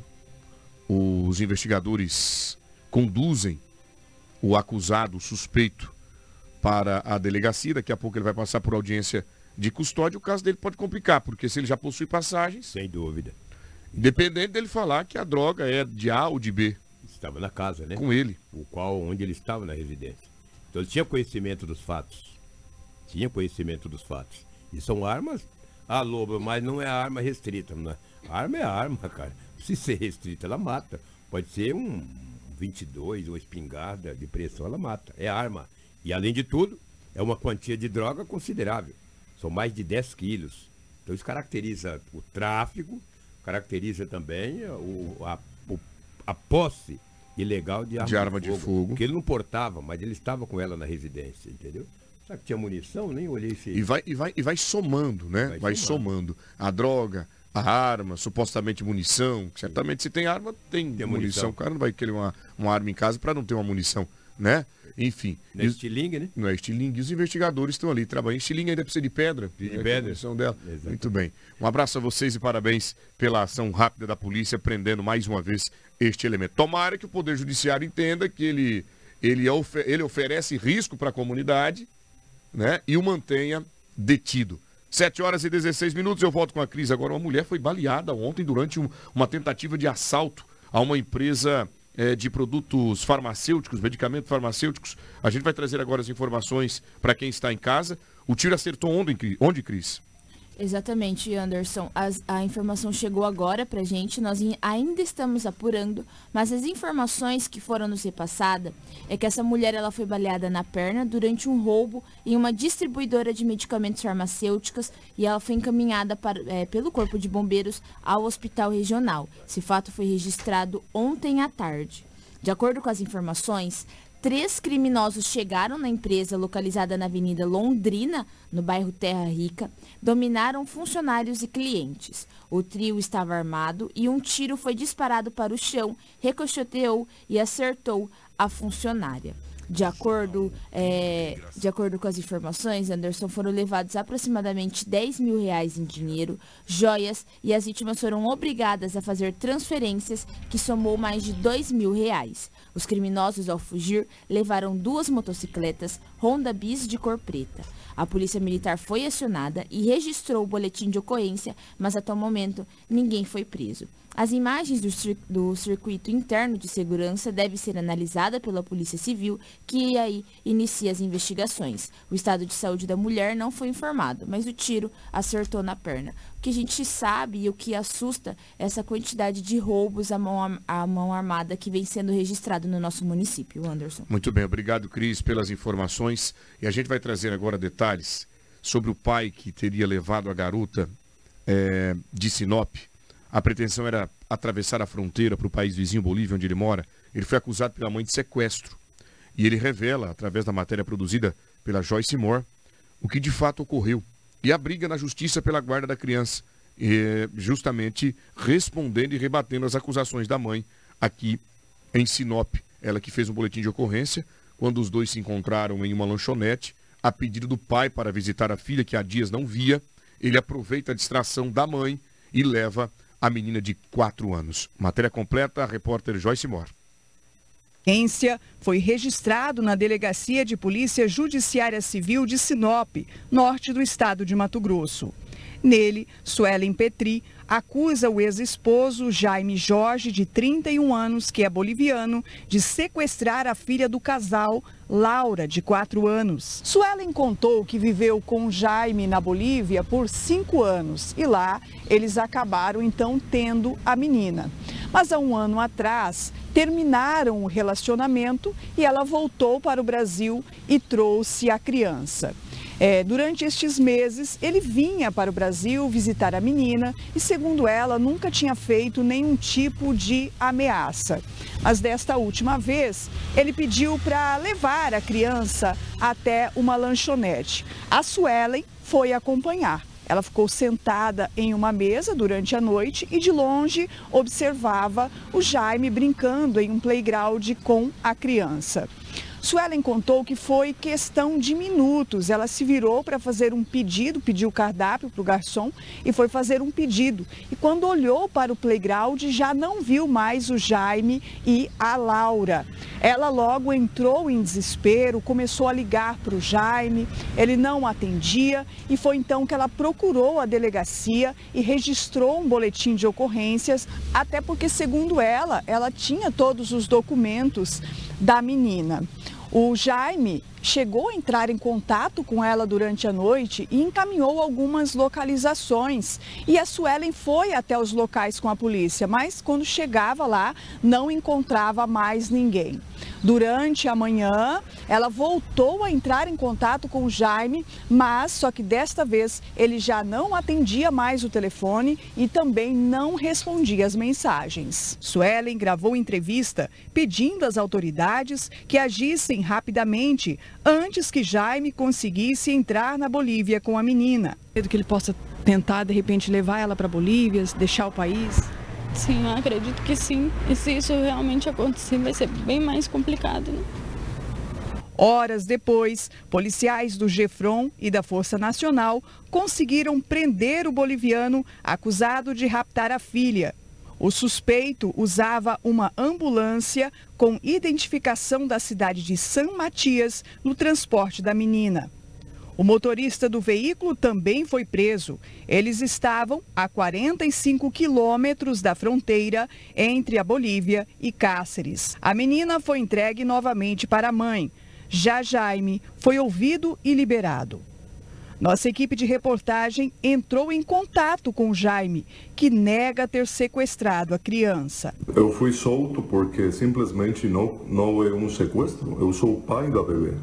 os investigadores conduzem o acusado, o suspeito, para a delegacia. Daqui a pouco ele vai passar por audiência de custódia. O caso dele pode complicar, porque se ele já possui passagens... Sem dúvida. Independente dele falar que a droga é de A ou de B. Estava na casa, né? Com ele. O qual, onde ele estava na residência. Então ele tinha conhecimento dos fatos. Tinha conhecimento dos fatos. E são armas... Ah, Lobo, mas não é arma restrita. Não é? A arma é arma, cara. Se ser restrita, ela mata. Pode ser um... vinte e dois, uma espingarda de pressão, ela mata. É arma. E além de tudo, é uma quantia de droga considerável. São mais de dez quilos. Então isso caracteriza o tráfico, caracteriza também o, a, o, a posse ilegal de arma de, arma de, fogo, de fogo. Porque ele não portava, mas ele estava com ela na residência, entendeu? Será que tinha munição? Nem olhei se... E vai, e vai, e vai somando, né? Vai, vai somando. somando. A droga... A arma, supostamente munição. Certamente se tem arma, tem, tem munição. munição. O cara não vai querer uma, uma arma em casa para não ter uma munição, né? Enfim. Não é estilingue, né? Não é estilingue. E os investigadores estão ali trabalhando. Estilingue ainda precisa de pedra. De né? pedra. A dela. Muito bem. Um abraço a vocês e parabéns pela ação rápida da polícia, prendendo mais uma vez este elemento. Tomara que o Poder Judiciário entenda que ele, ele, ofer ele oferece risco para a comunidade, né? E o mantenha detido. sete horas e dezesseis minutos, eu volto com a Cris agora. Uma mulher foi baleada ontem durante um, uma tentativa de assalto a uma empresa é, de produtos farmacêuticos, medicamentos farmacêuticos. A gente vai trazer agora as informações para quem está em casa. O tiro acertou onde, onde, Cris? Exatamente, Anderson. As, a informação chegou agora pra gente, nós ainda estamos apurando, mas as informações que foram nos repassadas é que essa mulher ela foi baleada na perna durante um roubo em uma distribuidora de medicamentos farmacêuticos e ela foi encaminhada para, é, pelo Corpo de Bombeiros ao hospital regional. Esse fato foi registrado ontem à tarde. De acordo com as informações, três criminosos chegaram na empresa localizada na Avenida Londrina, no bairro Terra Rica, dominaram funcionários e clientes. O trio estava armado e um tiro foi disparado para o chão, ricocheteou e acertou a funcionária. De acordo, é, de acordo com as informações, Anderson, foram levados aproximadamente dez mil reais em dinheiro, joias e as vítimas foram obrigadas a fazer transferências que somou mais de dois mil reais. Os criminosos, ao fugir, levaram duas motocicletas Honda Bis de cor preta. A polícia militar foi acionada e registrou o boletim de ocorrência, mas até o momento ninguém foi preso. As imagens do, cir- do circuito interno de segurança devem ser analisadas pela Polícia Civil, que aí inicia as investigações. O estado de saúde da mulher não foi informado, mas o tiro acertou na perna. O que a gente sabe e o que assusta é essa quantidade de roubos à mão, à mão armada que vem sendo registrado no nosso município, Anderson. Muito bem, obrigado, Cris, pelas informações. E a gente vai trazer agora detalhes sobre o pai que teria levado a garota é, de Sinop. A pretensão era atravessar a fronteira para o país vizinho, Bolívia, onde ele mora. Ele foi acusado pela mãe de sequestro. E ele revela, através da matéria produzida pela Joyce Moore, o que de fato ocorreu. E a briga na justiça pela guarda da criança, e, justamente respondendo e rebatendo as acusações da mãe aqui em Sinop. Ela que fez um boletim de ocorrência, quando os dois se encontraram em uma lanchonete, a pedido do pai para visitar a filha que há dias não via. Ele aproveita a distração da mãe e leva a menina de quatro anos. Matéria completa, a repórter Joyce Moore. Ocorrência foi registrado na Delegacia de Polícia Judiciária Civil de Sinop, norte do estado de Mato Grosso. Nele, Suelen Petri acusa o ex-esposo Jaime Jorge, de trinta e um anos, que é boliviano, de sequestrar a filha do casal, Laura, de quatro anos. Suelen contou que viveu com Jaime na Bolívia por cinco anos e lá eles acabaram então tendo a menina. Mas há um ano atrás terminaram o relacionamento e ela voltou para o Brasil e trouxe a criança. É, durante estes meses, ele vinha para o Brasil visitar a menina e, segundo ela, nunca tinha feito nenhum tipo de ameaça. Mas desta última vez, ele pediu para levar a criança até uma lanchonete. A Suelen foi acompanhar. Ela ficou sentada em uma mesa durante a noite e de longe observava o Jaime brincando em um playground com a criança. Suelen contou que foi questão de minutos. Ela se virou para fazer um pedido, pediu o cardápio para o garçom e foi fazer um pedido. E quando olhou para o playground, já não viu mais o Jaime e a Laura. Ela logo entrou em desespero, começou a ligar para o Jaime, ele não atendia e foi então que ela procurou a delegacia e registrou um boletim de ocorrências, até porque, segundo ela, ela tinha todos os documentos da menina. O Jaime chegou a entrar em contato com ela durante a noite e encaminhou algumas localizações. E a Suelen foi até os locais com a polícia, mas quando chegava lá, não encontrava mais ninguém. Durante a manhã, ela voltou a entrar em contato com o Jaime, mas só que desta vez ele já não atendia mais o telefone e também não respondia as mensagens. Suelen gravou entrevista pedindo às autoridades que agissem rapidamente antes que Jaime conseguisse entrar na Bolívia com a menina. Que ele possa tentar, de repente, levar ela para a Bolívia, deixar o país? Sim, eu acredito que sim. E se isso realmente acontecer, vai ser bem mais complicado, né? Horas depois, policiais do Gefron e da Força Nacional conseguiram prender o boliviano acusado de raptar a filha. O suspeito usava uma ambulância com identificação da cidade de San Matias no transporte da menina. O motorista do veículo também foi preso. Eles estavam a quarenta e cinco quilômetros da fronteira entre a Bolívia e Cáceres. A menina foi entregue novamente para a mãe. Já Jaime foi ouvido e liberado. Nossa equipe de reportagem entrou em contato com Jaime, que nega ter sequestrado a criança. Eu fui solto porque simplesmente não, não é um sequestro. Eu sou o pai da bebê.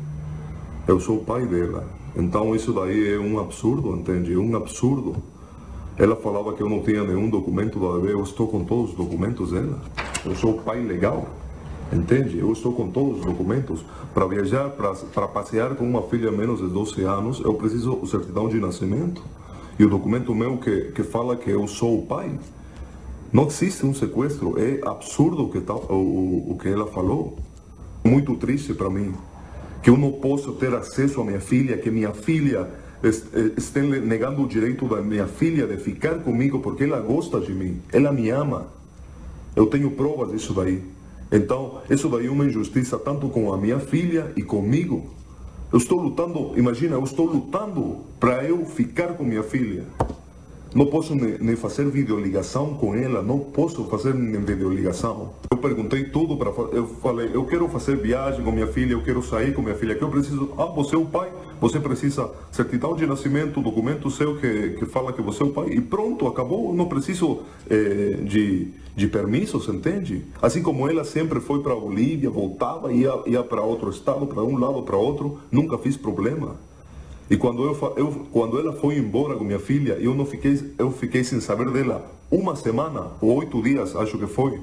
Eu sou o pai dela. Então isso daí é um absurdo, entende? É um absurdo. Ela falava que eu não tinha nenhum documento da bebê. Eu estou com todos os documentos dela. Eu sou o pai legal. Entende? Eu estou com todos os documentos. Para viajar, para passear com uma filha menos de doze anos, eu preciso o certidão de nascimento. E o documento meu que, que fala que eu sou o pai. Não existe um sequestro. É absurdo o que, tá, o, o que ela falou. Muito triste para mim. Que eu não posso ter acesso à minha filha, que minha filha esteja negando o direito da minha filha de ficar comigo porque ela gosta de mim. Ela me ama. Eu tenho provas disso daí. Então, isso daí é uma injustiça tanto com a minha filha e comigo. Eu estou lutando, imagina, eu estou lutando para eu ficar com minha filha. Não posso nem, nem fazer videoligação com ela, não posso fazer nem videoligação. Eu perguntei tudo para fazer, eu falei, eu quero fazer viagem com minha filha, eu quero sair com minha filha, que eu preciso, ah, você é o pai, você precisa certidão de nascimento, documento seu que, que fala que você é o pai, e pronto, acabou, não preciso eh, de, de permissos, entende? Assim como ela sempre foi para a Bolívia, voltava, ia, ia para outro estado, para um lado, para outro, nunca fiz problema. E quando, eu, eu, quando ela foi embora com minha filha, eu não fiquei, eu fiquei sem saber dela uma semana ou oito dias, acho que foi.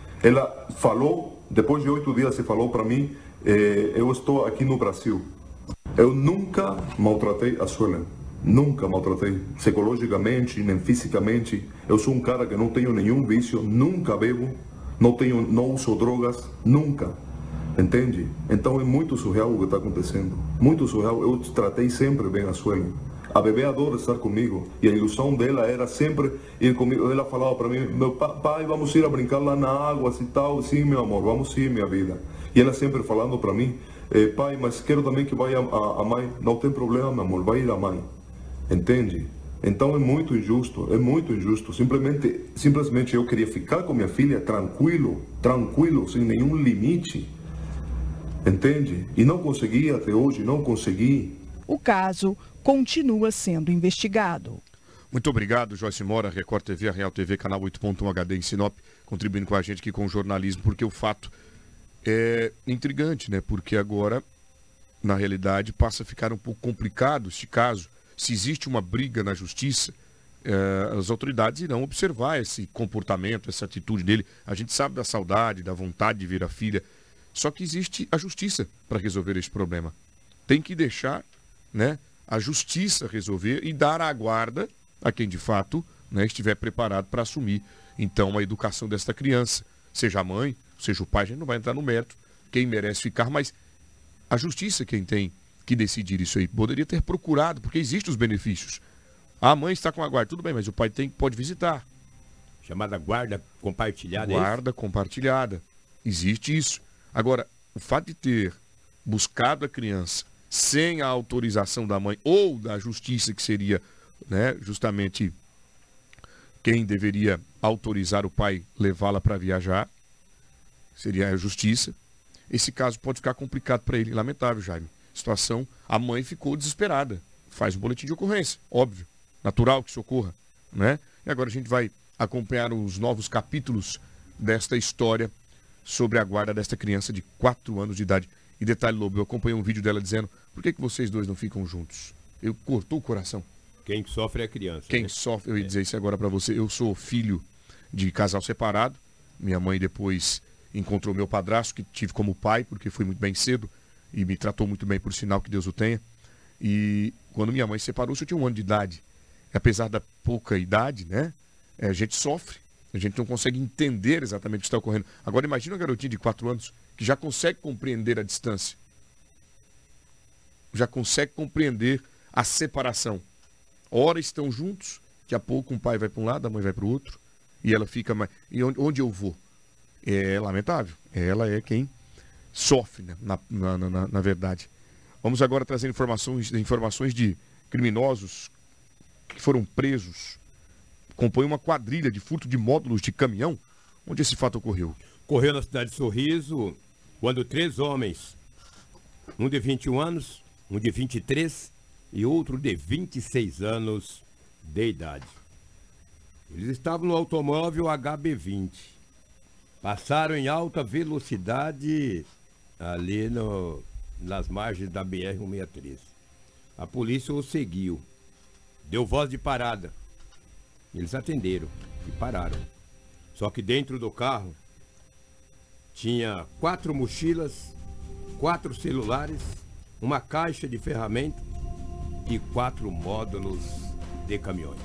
Ela falou, depois de oito dias, se falou para mim, eh, eu estou aqui no Brasil. Eu nunca maltratei a Suelen, nunca maltratei, psicologicamente, nem fisicamente. Eu sou um cara que não tenho nenhum vício, nunca bebo, não, tenho, não uso drogas, nunca. Entende? Então é muito surreal o que está acontecendo. Muito surreal. Eu tratei sempre bem a Suelen. A bebê adora estar comigo. E a ilusão dela era sempre ir comigo. Ela falava para mim, meu pai, vamos ir a brincar lá na água, assim tal. Sim, meu amor, vamos ir, minha vida. E ela sempre falando para mim, eh, pai, mas quero também que vá a, a, a mãe. Não tem problema, meu amor, vai ir a mãe. Entende? Então é muito injusto, é muito injusto. Simplesmente, simplesmente eu queria ficar com minha filha tranquilo, tranquilo, sem nenhum limite. Entende? E não consegui até hoje, não consegui. O caso continua sendo investigado. Muito obrigado, Joyce Mora, Record T V, a Real T V, canal oito ponto um H D em Sinop, contribuindo com a gente aqui com o jornalismo, porque o fato é intrigante, né? Porque agora, na realidade, passa a ficar um pouco complicado este caso. Se existe uma briga na justiça, eh, as autoridades irão observar esse comportamento, essa atitude dele. A gente sabe da saudade, da vontade de ver a filha. Só que existe a justiça para resolver esse problema. Tem que deixar, né, a justiça resolver e dar a guarda a quem de fato, né, estiver preparado para assumir então a educação desta criança. Seja a mãe, seja o pai, a gente não vai entrar no mérito, quem merece ficar, mas a justiça quem tem que decidir isso aí. Poderia ter procurado, porque existem os benefícios. A mãe está com a guarda, tudo bem, mas o pai tem, pode visitar. Chamada guarda compartilhada. Guarda é compartilhada. Existe isso. Agora, o fato de ter buscado a criança sem a autorização da mãe ou da justiça, que seria, né, justamente quem deveria autorizar o pai levá-la para viajar, seria a justiça. Esse caso pode ficar complicado para ele. Lamentável, Jaime. Situação, a mãe ficou desesperada. Faz um boletim de ocorrência, óbvio. Natural que isso ocorra, né? E agora a gente vai acompanhar os novos capítulos desta história sobre a guarda desta criança de quatro anos de idade. E detalhe, Lobo, eu acompanhei um vídeo dela dizendo, por que, que vocês dois não ficam juntos? Eu cortou o coração. Quem sofre é a criança. Quem né? sofre, eu ia é. dizer isso agora para você, eu sou filho de casal separado. Minha mãe depois encontrou meu padrasto, que tive como pai, porque fui muito bem cedo, e me tratou muito bem, por sinal, que Deus o tenha. E quando minha mãe se separou, eu tinha um ano de idade. Apesar da pouca idade, né, a gente sofre. A gente não consegue entender exatamente o que está ocorrendo. Agora imagina uma garotinha de quatro anos que já consegue compreender a distância. Já consegue compreender a separação. Ora estão juntos, daqui a pouco um pai vai para um lado, a mãe vai para o outro. E ela fica mais... E onde, onde eu vou? É lamentável. Ela é quem sofre, né? na, na, na, na verdade. Vamos agora trazer informações, informações de criminosos que foram presos. Compõe uma quadrilha de furto de módulos de caminhão. Onde esse fato ocorreu? Ocorreu na cidade de Sorriso, quando três homens, um de vinte e um anos, um de vinte e três e outro de vinte e seis anos de idade. Eles estavam no automóvel H B vinte. Passaram em alta velocidade ali no, nas margens da B R cento e sessenta e três. A polícia os seguiu. Deu voz de parada. Eles atenderam e pararam. Só que dentro do carro tinha quatro mochilas, quatro celulares, uma caixa de ferramenta e quatro módulos de caminhões.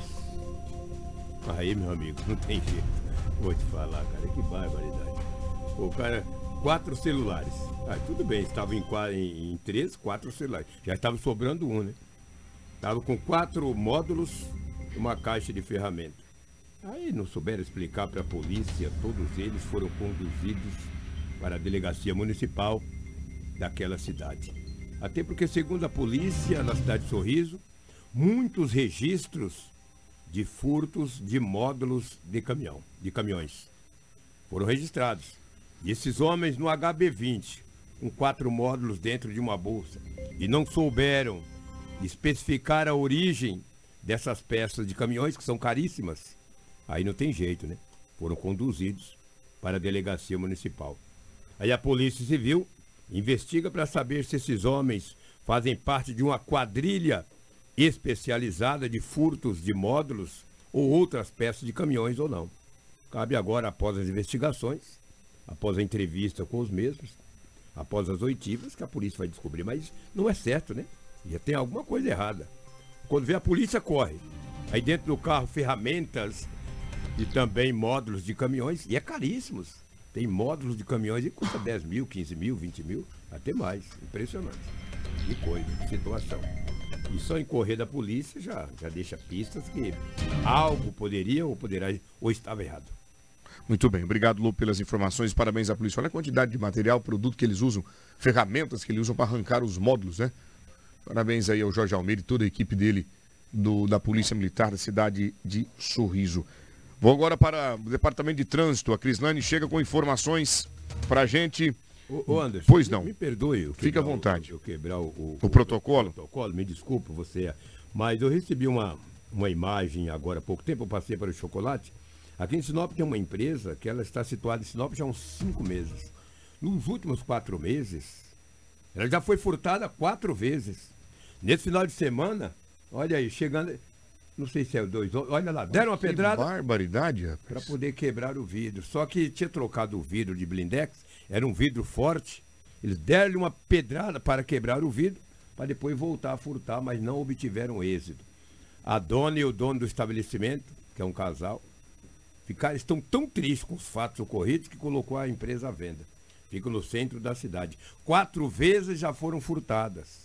Aí, meu amigo, não tem jeito. Vou te falar, cara, que barbaridade. O cara, quatro celulares. Ah, tudo bem, estava em, em, em três, quatro celulares. Já estava sobrando um, né? Estava com quatro módulos e uma caixa de ferramenta. Aí não souberam explicar para a polícia, todos eles foram conduzidos para a delegacia municipal daquela cidade. Até porque, segundo a polícia, na cidade de Sorriso, muitos registros de furtos de módulos de caminhão, de caminhões foram registrados. E esses homens no H B vinte, com quatro módulos dentro de uma bolsa, e não souberam especificar a origem dessas peças de caminhões, que são caríssimas, aí não tem jeito, né? Foram conduzidos para a delegacia municipal. Aí a Polícia Civil investiga para saber se esses homens fazem parte de uma quadrilha especializada de furtos de módulos ou outras peças de caminhões ou não. Cabe agora, após as investigações, após a entrevista com os mesmos, após as oitivas, que a polícia vai descobrir. Mas não é certo, né? Já tem alguma coisa errada. Quando vê a polícia, corre. Aí dentro do carro, ferramentas e também módulos de caminhões, e é caríssimos. Tem módulos de caminhões e custa dez mil, quinze mil, vinte mil, até mais. Impressionante. Que coisa, que situação. E só em correr da polícia já, já deixa pistas que algo poderia ou poderá ou estava errado. Muito bem, obrigado, Lu, pelas informações, parabéns à polícia. Olha a quantidade de material, produto que eles usam, ferramentas que eles usam para arrancar os módulos, né? Parabéns aí ao Jorge Almeida e toda a equipe dele do, da Polícia Militar da cidade de Sorriso. Vou agora para o Departamento de Trânsito. A Crislane chega com informações para a gente. Ô, ô Anderson, pois não. Me, me perdoe. Eu Fique à vontade. Eu, eu quebrar o, o, o, o protocolo. O protocolo, me desculpa você. Mas eu recebi uma, uma imagem agora há pouco tempo, eu passei para o chocolate. Aqui em Sinop tem uma empresa que ela está situada em Sinop já há uns cinco meses. Nos últimos quatro meses, ela já foi furtada quatro vezes. Nesse final de semana, olha aí, chegando, não sei se é dois, olha lá, deram uma que pedrada. Barbaridade, rapaz. Para poder quebrar o vidro. Só que tinha trocado o vidro de blindex, era um vidro forte. Eles deram uma pedrada para quebrar o vidro, para depois voltar a furtar, mas não obtiveram êxito. A dona e o dono do estabelecimento, que é um casal, ficaram, estão tão tristes com os fatos ocorridos que colocou a empresa à venda. Fica no centro da cidade. Quatro vezes já foram furtadas.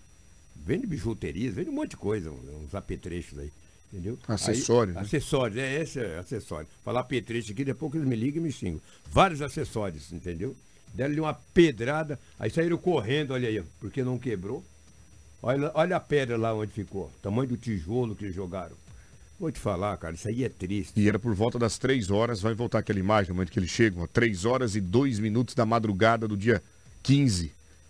Vende bijuterias, vende um monte de coisa, uns apetrechos aí, entendeu? Acessórios. Aí, né? Acessórios, é esse é acessório. Falar apetrecho aqui, depois que eles me ligam e me xingam. Vários acessórios, entendeu? Deram-lhe uma pedrada, aí saíram correndo, olha aí, porque não quebrou. Olha, olha a pedra lá onde ficou, tamanho do tijolo que jogaram. Vou te falar, cara, isso aí é triste. E era por volta das três horas, vai voltar aquela imagem, no momento que eles chegam, três horas e dois minutos da madrugada do dia quinze.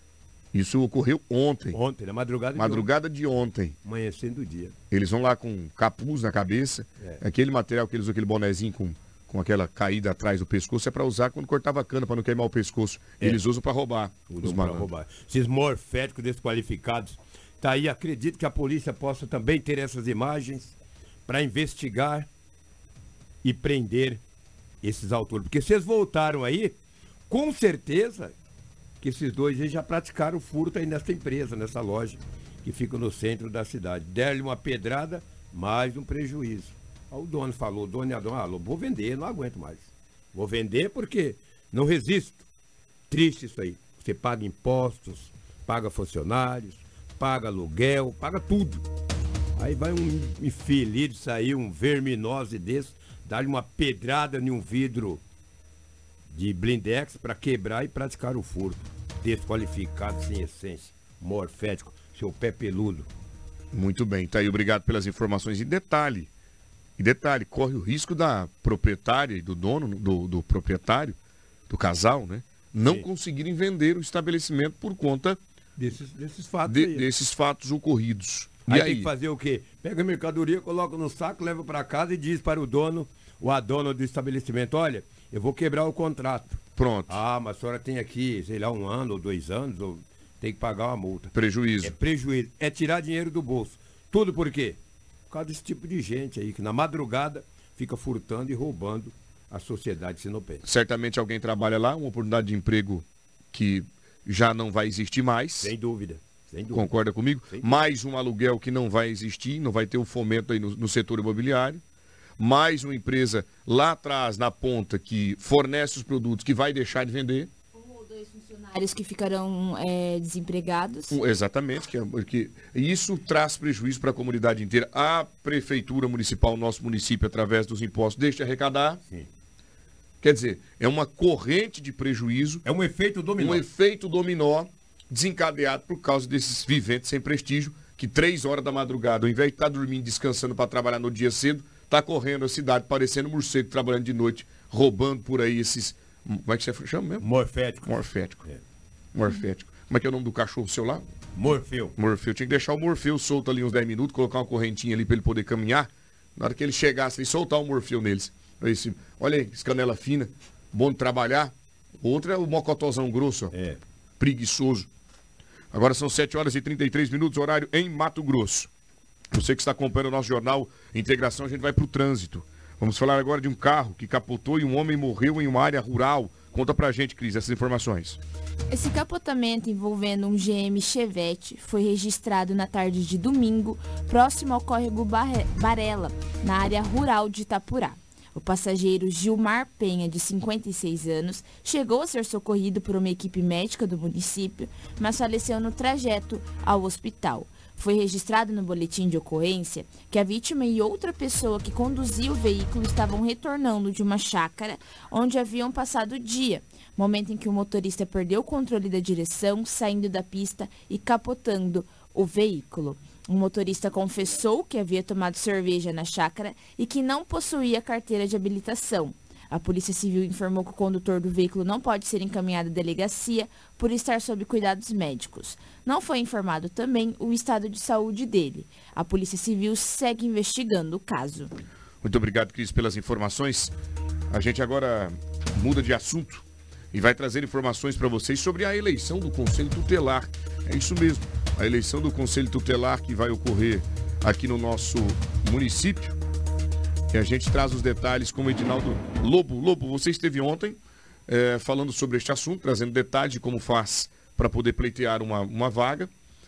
Isso ocorreu ontem. Ontem, na madrugada, madrugada de ontem. Madrugada de ontem. Amanhecendo o dia. Eles vão lá com capuz na cabeça, é. Aquele material que eles usam, aquele bonezinho com, com aquela caída atrás do pescoço, é para usar quando cortava a cana, para não queimar o pescoço. É. Eles usam para roubar. Usam para roubar. Esses morféticos desqualificados. Tá aí, acredito que a polícia possa também ter essas imagens para investigar e prender esses autores. Porque se eles voltaram aí, com certeza que esses dois já praticaram furto aí nessa empresa, nessa loja, que fica no centro da cidade. Deram-lhe uma pedrada, mais um prejuízo. Aí o dono falou, o dono e a dona, ah, vou vender, não aguento mais. Vou vender porque não resisto. Triste isso aí. Você paga impostos, paga funcionários, paga aluguel, paga tudo. Aí vai um infeliz sair, um verminose desse, dar-lhe uma pedrada em um vidro de blindex para quebrar e praticar o furto. Desqualificado, sem essência, morfético, seu pé peludo. Muito bem, tá aí, obrigado pelas informações. E detalhe, e detalhe, corre o risco da proprietária e do dono, do, do proprietário, do casal, né? Não Sim. conseguirem vender o estabelecimento por conta desses, desses, fatos, de, aí. desses fatos ocorridos. E aí, aí tem que fazer o quê? Pega a mercadoria, coloca no saco, leva para casa e diz para o dono ou a dona do estabelecimento, olha, eu vou quebrar o contrato. Pronto. Ah, mas a senhora tem aqui, sei lá, um ano ou dois anos, ou tem que pagar uma multa. Prejuízo. É prejuízo. É tirar dinheiro do bolso. Tudo por quê? Por causa desse tipo de gente aí, que na madrugada fica furtando e roubando a sociedade sinopense. Certamente alguém trabalha lá, uma oportunidade de emprego que já não vai existir mais. Sem dúvida. Sem dúvida. Concorda comigo? Mais um aluguel que não vai existir, não vai ter o fomento aí no, no setor imobiliário. Mais uma empresa lá atrás, na ponta, que fornece os produtos, que vai deixar de vender. Um ou dois funcionários que ficarão é, desempregados. Exatamente, que, é, que isso traz prejuízo para a comunidade inteira. A prefeitura municipal, nosso município, através dos impostos, deixa de arrecadar. Sim. Quer dizer, é uma corrente de prejuízo. É um efeito dominó. Um efeito dominó desencadeado por causa desses viventes sem prestígio, que três horas da madrugada, ao invés de estar dormindo, descansando para trabalhar no dia cedo, tá correndo a cidade, parecendo um morcego, trabalhando de noite, roubando por aí esses... Como é que você chama mesmo? Morfético. Morfético. É. Morfético. Como é que é o nome do cachorro seu lá? Morfeu. Morfeu. Tinha que deixar o Morfeu solto ali uns dez minutos, colocar uma correntinha ali para ele poder caminhar. Na hora que ele chegasse e soltar o Morfeu neles. Esse, olha aí, esse canela fina, bom de trabalhar. Outro é o mocotozão grosso, ó. É. Preguiçoso. Agora são sete horas e trinta e três minutos, horário em Mato Grosso. Você que está acompanhando o nosso jornal Integração, a gente vai para o trânsito. Vamos falar agora de um carro que capotou e um homem morreu em uma área rural. Conta pra gente, Cris, essas informações. Esse capotamento envolvendo um G M Chevette foi registrado na tarde de domingo, próximo ao córrego Barela, na área rural de Itapurá. O passageiro Gilmar Penha, de cinquenta e seis anos, chegou a ser socorrido por uma equipe médica do município, mas faleceu no trajeto ao hospital. Foi registrado no boletim de ocorrência que a vítima e outra pessoa que conduzia o veículo estavam retornando de uma chácara onde haviam passado o dia, momento em que o motorista perdeu o controle da direção, saindo da pista e capotando o veículo. O motorista confessou que havia tomado cerveja na chácara e que não possuía carteira de habilitação. A Polícia Civil informou que o condutor do veículo não pode ser encaminhado à delegacia por estar sob cuidados médicos. Não foi informado também o estado de saúde dele. A Polícia Civil segue investigando o caso. Muito obrigado, Cris, pelas informações. A gente agora muda de assunto e vai trazer informações para vocês sobre a eleição do Conselho Tutelar. É isso mesmo, a eleição do Conselho Tutelar que vai ocorrer aqui no nosso município. E a gente traz os detalhes com o Edinaldo Lobo. Lobo, você esteve ontem é, falando sobre este assunto, trazendo detalhes de como faz para poder pleitear uma, uma vaga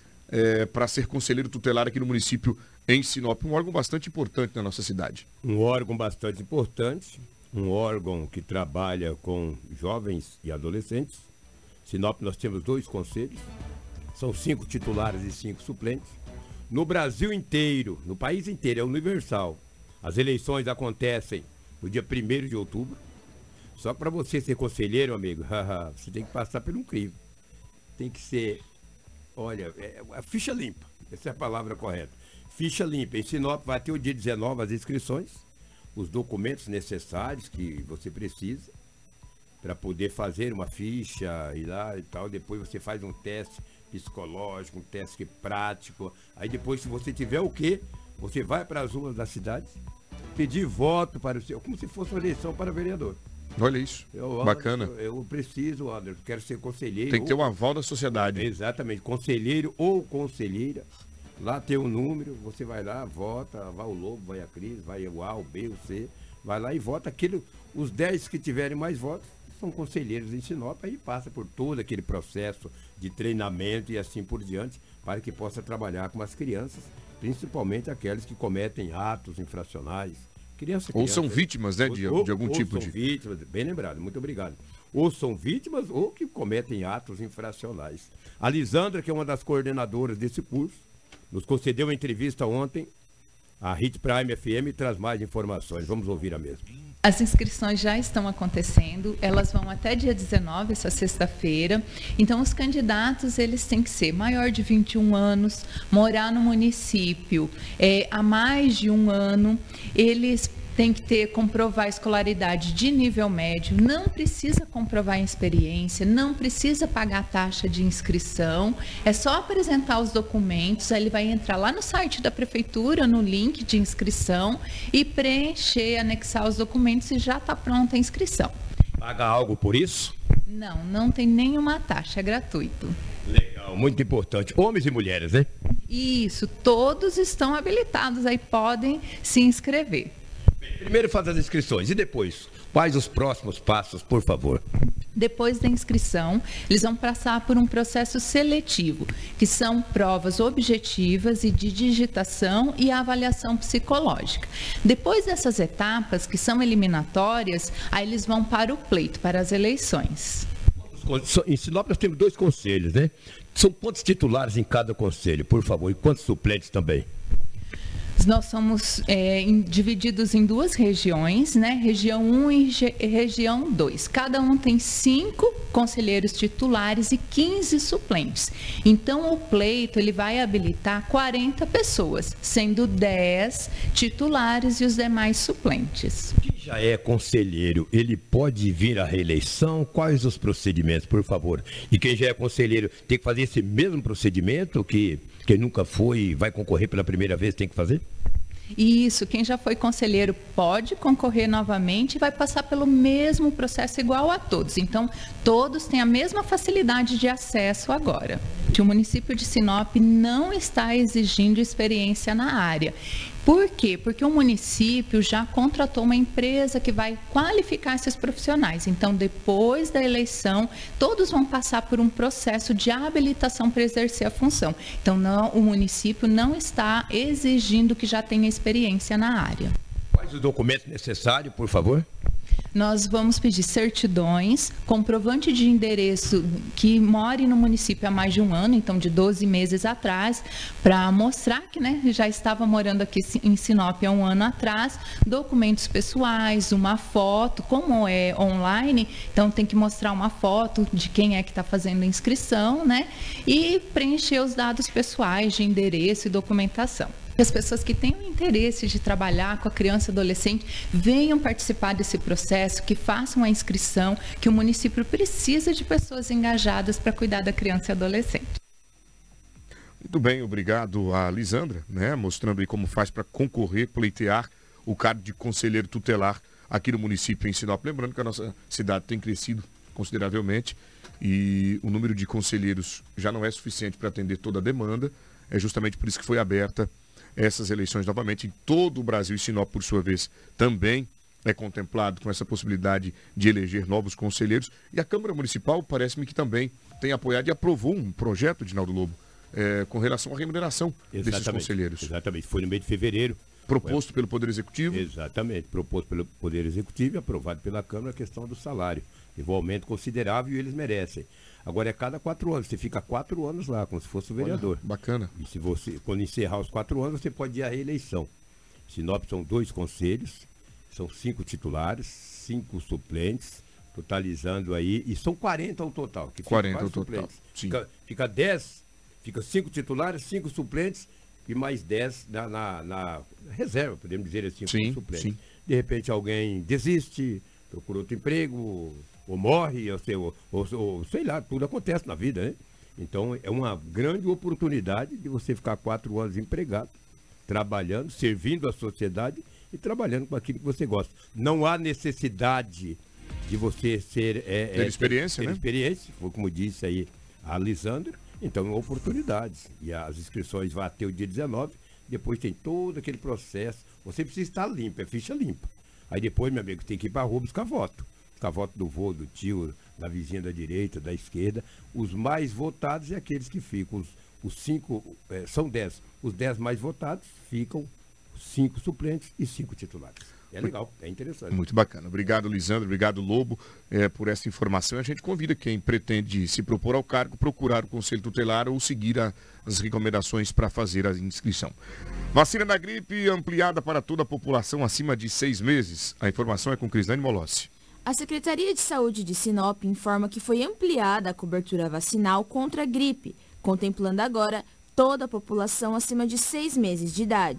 é, para ser conselheiro tutelar aqui no município em Sinop, um órgão bastante importante na nossa cidade. Um órgão bastante importante, um órgão que trabalha com jovens e adolescentes. Sinop nós temos dois conselhos, são cinco titulares e cinco suplentes. No Brasil inteiro, no país inteiro, é universal. As eleições acontecem no dia primeiro de outubro. Só que para você ser conselheiro, amigo, você tem que passar por um crivo. Tem que ser, olha, é, a ficha limpa. Essa é a palavra correta. Ficha limpa. Em Sinop vai ter o dia dezenove as inscrições, os documentos necessários que você precisa para poder fazer uma ficha e lá e tal. Depois você faz um teste psicológico, um teste prático. Aí depois, se você tiver o quê? Você vai para as ruas da cidade pedir voto para o seu, como se fosse uma eleição para vereador. Olha isso, eu, bacana. Eu, eu preciso, Anderson, quero ser conselheiro. Tem que ter o aval da sociedade. Exatamente, conselheiro ou conselheira. Lá tem o número, você vai lá, vota, vai o Lobo, vai a Cris, vai o A, o B, o C, vai lá e vota. Aquele, os dez que tiverem mais votos são conselheiros em Sinop, aí passa por todo aquele processo de treinamento e assim por diante, para que possa trabalhar com as crianças, principalmente aqueles que cometem atos infracionais. Criança, criança, ou são vítimas, né, de, ou, de algum ou tipo são de... vítimas, bem lembrado, muito obrigado. Ou são vítimas ou que cometem atos infracionais. A Lisandra, que é uma das coordenadoras desse curso, nos concedeu uma entrevista ontem, a Hit Prime F M traz mais informações. Vamos ouvir a mesma. As inscrições já estão acontecendo, elas vão até dia dezenove, essa sexta-feira. Então, os candidatos, eles têm que ser maior de vinte e um anos, morar no município é, há mais de um ano, eles tem que ter, comprovar a escolaridade de nível médio, não precisa comprovar a experiência, não precisa pagar taxa de inscrição, é só apresentar os documentos, aí ele vai entrar lá no site da prefeitura, no link de inscrição e preencher, anexar os documentos e já está pronta a inscrição. Paga algo por isso? Não, não tem nenhuma taxa, é gratuito. Legal, muito importante. Homens e mulheres, né? Isso, todos estão habilitados, aí podem se inscrever. Primeiro faz as inscrições e depois, quais os próximos passos, por favor? Depois da inscrição, eles vão passar por um processo seletivo, que são provas objetivas e de digitação e avaliação psicológica. Depois dessas etapas, que são eliminatórias, aí eles vão para o pleito, para as eleições. Em Sinop nós temos dois conselhos, né? São quantos titulares em cada conselho, por favor, e quantos suplentes também? Nós somos é, em, divididos em duas regiões, né? Região um e ge, região dois. Cada um tem cinco conselheiros titulares e quinze suplentes. Então, o pleito ele vai habilitar quarenta pessoas, sendo dez titulares e os demais suplentes. Quem já é conselheiro, ele pode vir à reeleição? Quais os procedimentos, por favor? E quem já é conselheiro tem que fazer esse mesmo procedimento que quem nunca foi vai concorrer pela primeira vez tem que fazer? Isso, quem já foi conselheiro pode concorrer novamente e vai passar pelo mesmo processo igual a todos. Então, todos têm a mesma facilidade de acesso agora. Que o município de Sinop não está exigindo experiência na área. Por quê? Porque o município já contratou uma empresa que vai qualificar esses profissionais. Então, depois da eleição, todos vão passar por um processo de habilitação para exercer a função. Então, não, o município não está exigindo que já tenha experiência na área. Quais os documentos necessários, por favor? Nós vamos pedir certidões, comprovante de endereço que more no município há mais de um ano, então de doze meses atrás, para mostrar que né, já estava morando aqui em Sinop há um ano atrás, documentos pessoais, uma foto, como é online, então tem que mostrar uma foto de quem é que está fazendo a inscrição, né? E preencher os dados pessoais de endereço e documentação. As pessoas que têm o interesse de trabalhar com a criança e adolescente venham participar desse processo, que façam a inscrição, que o município precisa de pessoas engajadas para cuidar da criança e adolescente. Muito bem, obrigado a Lisandra, né, mostrando aí como faz para concorrer, pleitear o cargo de conselheiro tutelar aqui no município em Sinop. Lembrando que a nossa cidade tem crescido consideravelmente e o número de conselheiros já não é suficiente para atender toda a demanda. É justamente por isso que foi aberta essas eleições novamente em todo o Brasil, e Sinop, por sua vez, também é contemplado com essa possibilidade de eleger novos conselheiros. E a Câmara Municipal, parece-me que também tem apoiado e aprovou um projeto de Naldo Lobo é, com relação à remuneração exatamente, desses conselheiros. Exatamente, foi no mês de fevereiro. Proposto pelo Poder Executivo. Exatamente, proposto pelo Poder Executivo e aprovado pela Câmara a questão do salário. Teve um aumento considerável e eles merecem. Agora é cada quatro anos, você fica quatro anos lá, como se fosse o vereador. Olha, bacana. E se você, quando encerrar os quatro anos, você pode ir à reeleição. Sinop são dois conselhos, são cinco titulares, cinco suplentes, totalizando aí, e são quarenta ao total. Que quarenta ao total. Fica, fica dez, fica cinco titulares, cinco suplentes e mais dez na, na, na reserva, podemos dizer assim, sim, suplentes. Sim. De repente alguém desiste, procura outro emprego, ou morre, ou, ou, ou, ou sei lá, tudo acontece na vida, né? Então é uma grande oportunidade de você ficar quatro anos empregado, trabalhando, servindo a sociedade e trabalhando com aquilo que você gosta. Não há necessidade de você ser... É, ter é, experiência, ter, né? Ter experiência, foi como disse aí a Lisandra. Então é oportunidades. E as inscrições vão até o dia dezenove, depois tem todo aquele processo. Você precisa estar limpo, é ficha limpa. Aí depois, meu amigo, tem que ir para a rua buscar voto. Buscar voto do vô, do tio, da vizinha da direita, da esquerda. Os mais votados é aqueles que ficam. Os, os cinco, é, são dez. Os dez mais votados ficam cinco suplentes e cinco titulares. É legal, é interessante. Muito bacana. Obrigado, Lisandro. Obrigado, Lobo, é, por essa informação. A gente convida quem pretende se propor ao cargo, procurar o Conselho Tutelar ou seguir a, as recomendações para fazer a inscrição. Vacina da gripe ampliada para toda a população acima de seis meses. A informação é com Crislane Molossi. A Secretaria de Saúde de Sinop informa que foi ampliada a cobertura vacinal contra a gripe, contemplando agora toda a população acima de seis meses de idade.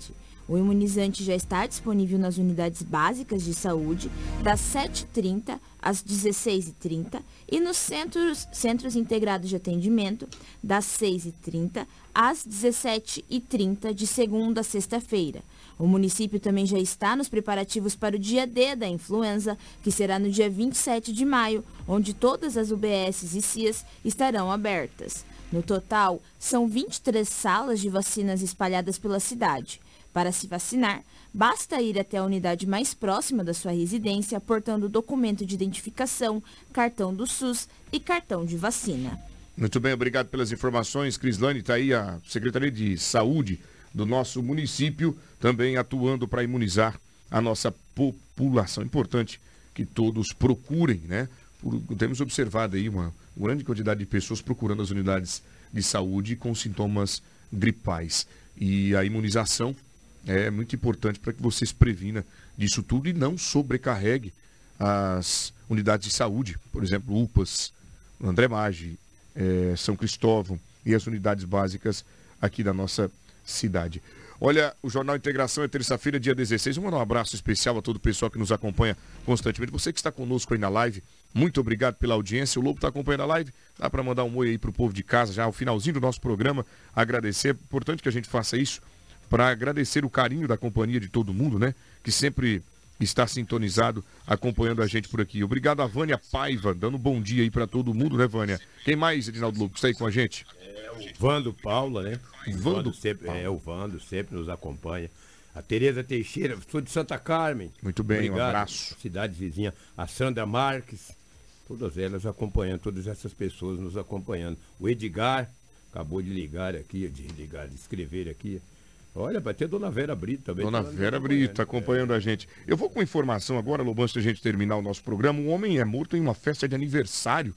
O imunizante já está disponível nas unidades básicas de saúde das sete e trinta às dezesseis e trinta e nos centros, centros integrados de atendimento das seis e trinta às dezessete e trinta de segunda a sexta-feira. O município também já está nos preparativos para o dia D da influenza, que será no dia vinte e sete de maio, onde todas as U B S e C I As estarão abertas. No total, são vinte e três salas de vacinas espalhadas pela cidade. Para se vacinar, basta ir até a unidade mais próxima da sua residência, portando documento de identificação, cartão do SUS e cartão de vacina. Muito bem, obrigado pelas informações. Crislane, está aí a Secretaria de Saúde do nosso município, também atuando para imunizar a nossa população. Importante que todos procurem, né? Por, temos observado aí uma grande quantidade de pessoas procurando as unidades de saúde com sintomas gripais. E a imunização é muito importante para que você se previna disso tudo e não sobrecarregue as unidades de saúde. Por exemplo, U P A S, André Maggi, é, São Cristóvão e as unidades básicas aqui da nossa cidade. Olha, o Jornal Integração é terça-feira, dia dezesseis. Vou mandar um abraço especial a todo o pessoal que nos acompanha constantemente. Você que está conosco aí na live, muito obrigado pela audiência. O Lobo está acompanhando a live. Dá para mandar um oi aí para o povo de casa, já ao finalzinho do nosso programa. Agradecer. É importante que a gente faça isso para agradecer o carinho da companhia de todo mundo, né? Que sempre está sintonizado, acompanhando a gente por aqui. Obrigado a Vânia Paiva, dando bom dia aí para todo mundo, né, Vânia? Quem mais, Edinaldo Lobo, está aí com a gente? É o Vando Paula, né? O Vando, Vando sempre, é, o Vando sempre nos acompanha. A Tereza Teixeira, sou de Santa Carmen. Muito bem, obrigado. Um abraço. Cidade vizinha. A Sandra Marques, todas elas acompanhando, todas essas pessoas nos acompanhando. O Edgar, acabou de ligar aqui, de ligar, de escrever aqui. Olha, vai ter Dona Vera Brito também. Dona Vera Brito está acompanhando a gente. Eu vou com informação agora, Lobo, antes da gente terminar o nosso programa. Um homem é morto em uma festa de aniversário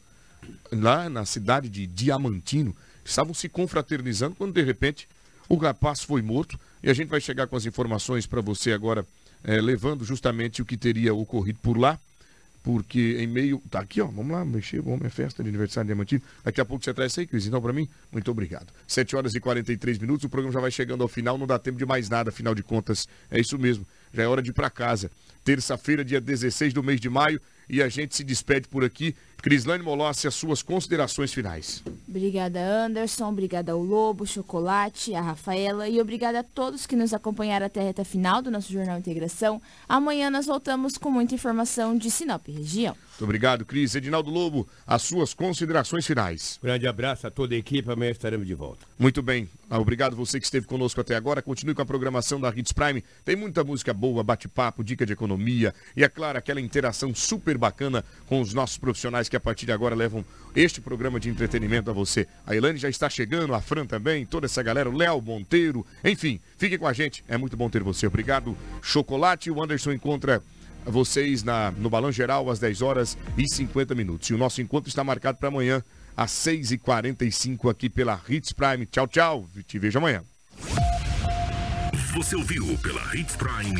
lá na cidade de Diamantino. Estavam se confraternizando quando, de repente, o rapaz foi morto. E a gente vai chegar com as informações para você agora, é, levando justamente o que teria ocorrido por lá. Porque em meio... Tá aqui, ó. Vamos lá, mexer. Vamos, é festa de aniversário de Diamantino. Daqui a pouco você traz isso aí, Cris. Então, para mim, muito obrigado. sete horas e quarenta e três minutos. O programa já vai chegando ao final. Não dá tempo de mais nada, afinal de contas. É isso mesmo. Já é hora de ir para casa. Terça-feira, dia dezesseis do mês de maio. E a gente se despede por aqui. Crislane Molossi, as suas considerações finais. Obrigada, Anderson. Obrigada ao Lobo, Chocolate, a Rafaela. E obrigada a todos que nos acompanharam até a reta final do nosso Jornal Integração. Amanhã nós voltamos com muita informação de Sinop região. Muito obrigado, Cris. Edinaldo Lobo, as suas considerações finais. Grande abraço a toda a equipe. Amanhã estaremos de volta. Muito bem. Obrigado você que esteve conosco até agora. Continue com a programação da Hits Prime. Tem muita música boa, bate-papo, dica de economia. E, é claro, aquela interação super bacana com os nossos profissionais que a partir de agora levam este programa de entretenimento a você. A Elane já está chegando, a Fran também, toda essa galera, o Léo Monteiro, enfim, fique com a gente, é muito bom ter você. Obrigado, Chocolate. O Anderson encontra vocês na, no Balão Geral às dez horas e cinquenta minutos. E o nosso encontro está marcado para amanhã às seis e quarenta e cinco aqui pela Hits Prime. Tchau, tchau, te vejo amanhã. Você ouviu pela Hits Prime